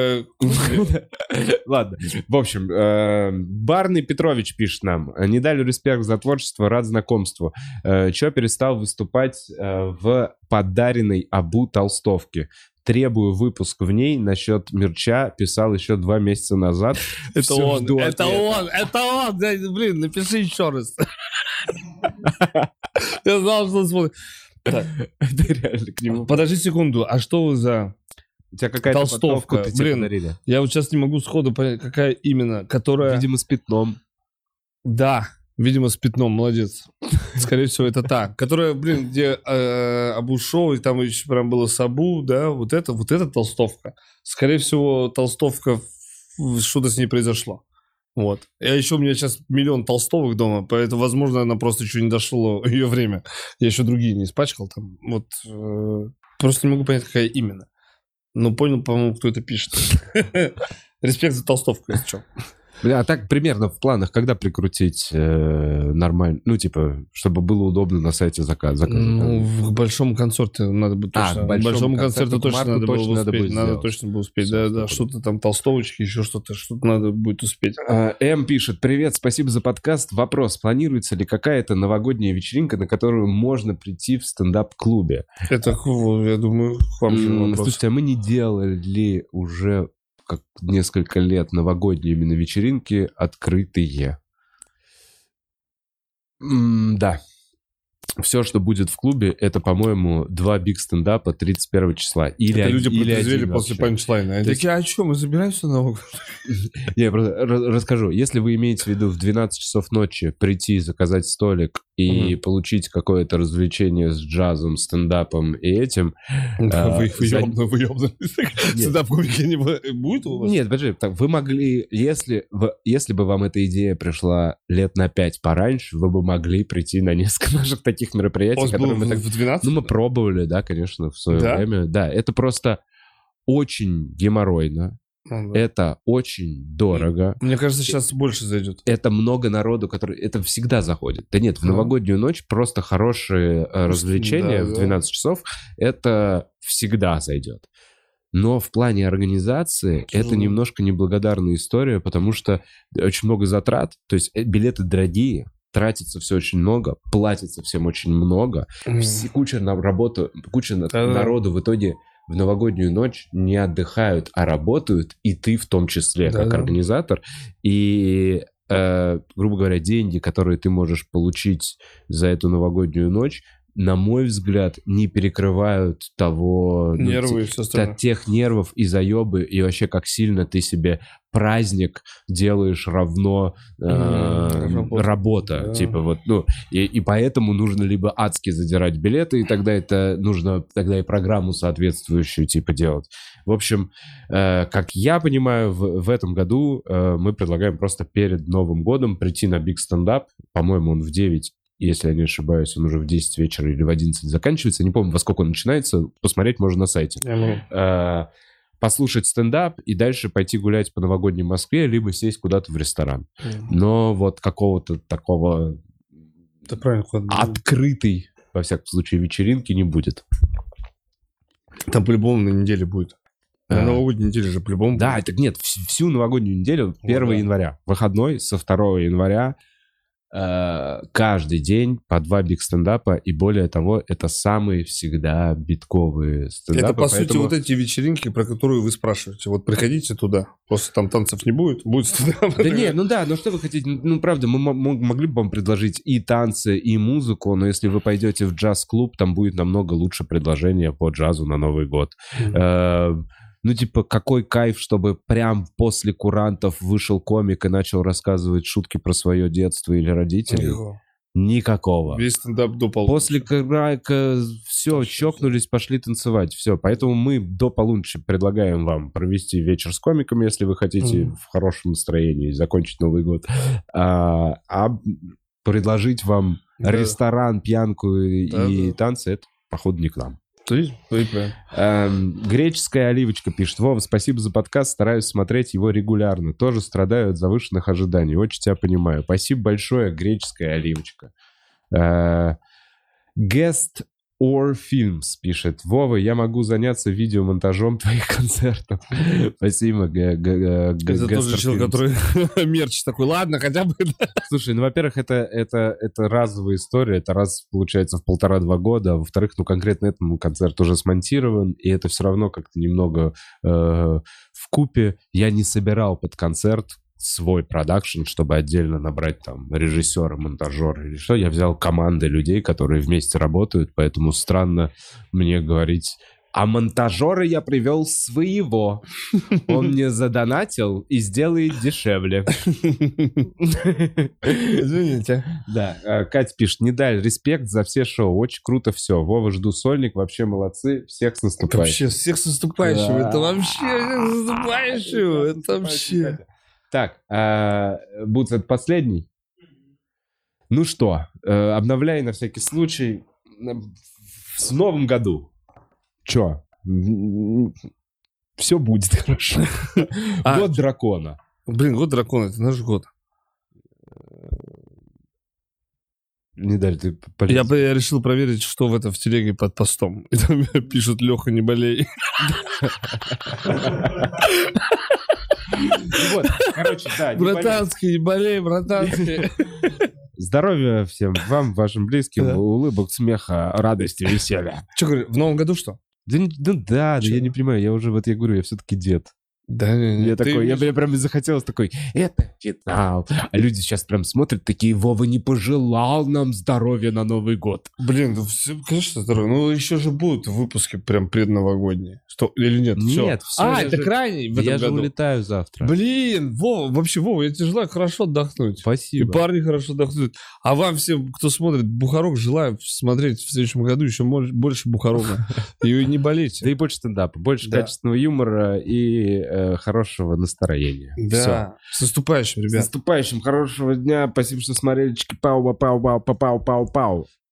Ладно. В общем, Барный Петрович пишет нам. Нидаль, респект за творчество, рад знакомству. Чё перестал выступать в подаренной Абу толстовке? Требую выпуск в ней. Насчет мерча писал еще два месяца назад. Это он, это он, это он. Блин, напиши еще раз. Я знал, что он смотрит. Так. Это реально к нему. Подожди секунду, а что вы за... У тебя какая-то толстовка? Блин, я вот сейчас не могу сходу понять, какая именно, которая... Видимо, с пятном. Да, видимо, с пятном, молодец. Скорее всего, это та, которая, блин, где э, Абушоу, и там еще прям было Сабу, да, вот это, вот эта толстовка. Скорее всего, толстовка, что-то с ней произошло. Вот. А еще у меня сейчас миллион толстовок дома, поэтому, возможно, она просто еще не дошло ее время. Я еще другие не испачкал там. Вот. Э, просто не могу понять, какая именно. Ну, понял, по-моему, кто это пишет. Респект за толстовку, если что. Бля, а так примерно в планах, когда прикрутить э, нормально, ну, типа, чтобы было удобно на сайте заказ, заказать? Ну, в большом концерте надо бы точно. А, к большому концерту точно надо было точно успеть. Надо, надо точно было успеть, Все, да, да. Что-то там, толстовочки, еще что-то, что-то надо будет успеть. А, М пишет: привет, спасибо за подкаст. Вопрос: планируется ли какая-то новогодняя вечеринка, на которую можно прийти в стендап-клубе? Это, я думаю, к вам же вопрос. Слушайте, а мы не делали уже как несколько лет новогодние именно вечеринки открытые. М- да. Все, что будет в клубе, это, по-моему, два биг стендапа тридцать первого числа. Или это люди или протрезвели после панчлайна. Они такие, а что, мы собираемся на Новый год? Я просто расскажу. Если вы имеете в виду в двенадцать часов ночи прийти, заказать столик и получить какое-то развлечение с джазом, стендапом и этим... Вы ёбнули. Стендап-комики не будет у вас? Нет, подожди, вы могли... Если бы вам эта идея пришла лет на пять пораньше, вы бы могли прийти на несколько наших таких мероприятий, которые мы так... в двенадцать? Ну, мы пробовали, да, конечно, в свое да? время. Да, это просто очень геморройно. А, да. Это очень дорого. Мне кажется, сейчас больше зайдет. Это много народу, который... Это всегда заходит. Да нет, в новогоднюю ночь просто хорошие развлечения да, в двенадцать да. часов, это всегда зайдет. Но в плане организации Тяжело. Это немножко неблагодарная история, потому что очень много затрат. То есть билеты дорогие. тратится все очень много, платится всем очень много, Мгм. все, куча на работу, куча на- Да-да. народу в итоге в новогоднюю ночь не отдыхают, а работают, и ты в том числе, как Да-да. организатор. И, э, грубо говоря, деньги, которые ты можешь получить за эту новогоднюю ночь, на мой взгляд, не перекрывают того... ну, Нервы и те- все остальное. от тех нервов и заебы, и вообще как сильно ты себе праздник делаешь равно э, Мгм, работа. работа. Да. Типа вот, ну, и, и поэтому нужно либо адски задирать билеты, и тогда это нужно, тогда и программу соответствующую типа делать. В общем, э, как я понимаю, в, в этом году э, мы предлагаем просто перед Новым годом прийти на Big Stand Up. По-моему, он в девять. Если я не ошибаюсь, он уже в десять вечера или в одиннадцать заканчивается. Не помню, во сколько он начинается. Посмотреть можно на сайте. Я могу. Э, послушать стендап и дальше пойти гулять по новогодней Москве, либо сесть куда-то в ресторан. Но вот какого-то такого Это правильно. куда- открытой, во всяком случае, вечеринки не будет. Там по-любому на неделе будет. На А. новогодней неделе же по-любому Да, будет. это нет, вс- всю новогоднюю неделю, первого да. января, выходной со второго января, э, каждый день по два биг стендапа, и более того, это самые всегда битковые стендапы. Это, по сути, поэтому- вот эти вечеринки, про которые вы спрашиваете. Вот приходите туда. Просто там танцев не будет. Будет стендап. Да не, ну да, ну что вы хотите, ну правда, мы мо- мо- могли бы вам предложить и танцы, и музыку, но если вы пойдете в джаз-клуб, там будет намного лучше предложение по джазу на Новый год. Э, Ну, типа, какой кайф, чтобы прям после курантов вышел комик и начал рассказывать шутки про свое детство или родителей? Никакого. Никакого. Весь стендап до полуночи. После крака все, чокнулись, пошли танцевать. Все. Поэтому мы до полуночи предлагаем вам провести вечер с комиками, если вы хотите Мгм. в хорошем настроении закончить Новый год. А, а предложить вам Да. ресторан, пьянку и, Да, и да. танцы, это, походу, не к нам. Ты, ты правильно. Эм, греческая оливочка пишет: Вова, спасибо за подкаст, стараюсь смотреть его регулярно. Тоже страдаю от завышенных ожиданий. Очень тебя понимаю. Спасибо большое, греческая оливочка. Э, Guest or Films пишет: Вова, я могу заняться видеомонтажом твоих концертов. Спасибо, г- г- г- Это Guest тоже or человек, Films. который мерч такой. Ладно, хотя бы... Слушай, ну, во-первых, это, это, это разовая история, это раз, получается, в полтора-два года, а во-вторых, ну, конкретно этому концерт уже смонтирован, и это все равно как-то немного э, вкупе. Я не собирал под концерт свой продакшн, чтобы отдельно набрать там режиссера, монтажера или что. Я взял команды людей, которые вместе работают, поэтому странно мне говорить... А монтажера я привел своего. Он мне задонатил и сделает дешевле. Извините. Да, э, Катя пишет: не дай респект за все шоу, очень круто все. Вова, жду сольник, вообще молодцы, всех с наступающим. Вообще, всех с наступающим. Да. Это вообще всех с наступающим. Это вообще... Так, э, Буц, это последний? Ну что, э, обновляй на всякий случай. На- С Новым году. Чё? Все будет хорошо. А, Год дракона. Блин, год дракона, это наш год. Не дали, ты полез. Я, бы- я решил проверить, что в этом в телеге под постом. И там пишут: Леха, не болей. Ну вот, короче, да. не болей. Братанский, не болей, братанский. Здоровья всем вам, вашим близким, Да. улыбок, смеха, радости, веселья. Что, говорю, в Новом году что? Да, не- ну да, да, Чё? я не понимаю, я уже, вот я говорю, я все-таки дед. Да, не, не, Я ты такой, я, видишь- я прям захотелось такой, это финал. А люди сейчас прям смотрят, такие: Вова не пожелал нам здоровья на Новый год. Блин, ну, всё, конечно, здорово. Ну, еще же будут выпуски прям предновогодние. Что, или нет? Всё. Нет, всё, А, я это же- крайний в этом Я же году. улетаю завтра. Блин, Вова, вообще, Вова, я тебе желаю хорошо отдохнуть. И Спасибо. парни хорошо отдохнут. А вам всем, кто смотрит Бухарок, желаю смотреть в следующем году еще мож- больше Бухарока. И не Да болейте. и больше стендапа, больше Да. качественного юмора и э, хорошего настроения. Всё. Да. С наступающим, С ребят. наступающим, хорошего дня. Спасибо, что смотрели. Чики-пау, пау, пау, пау, пау, пау.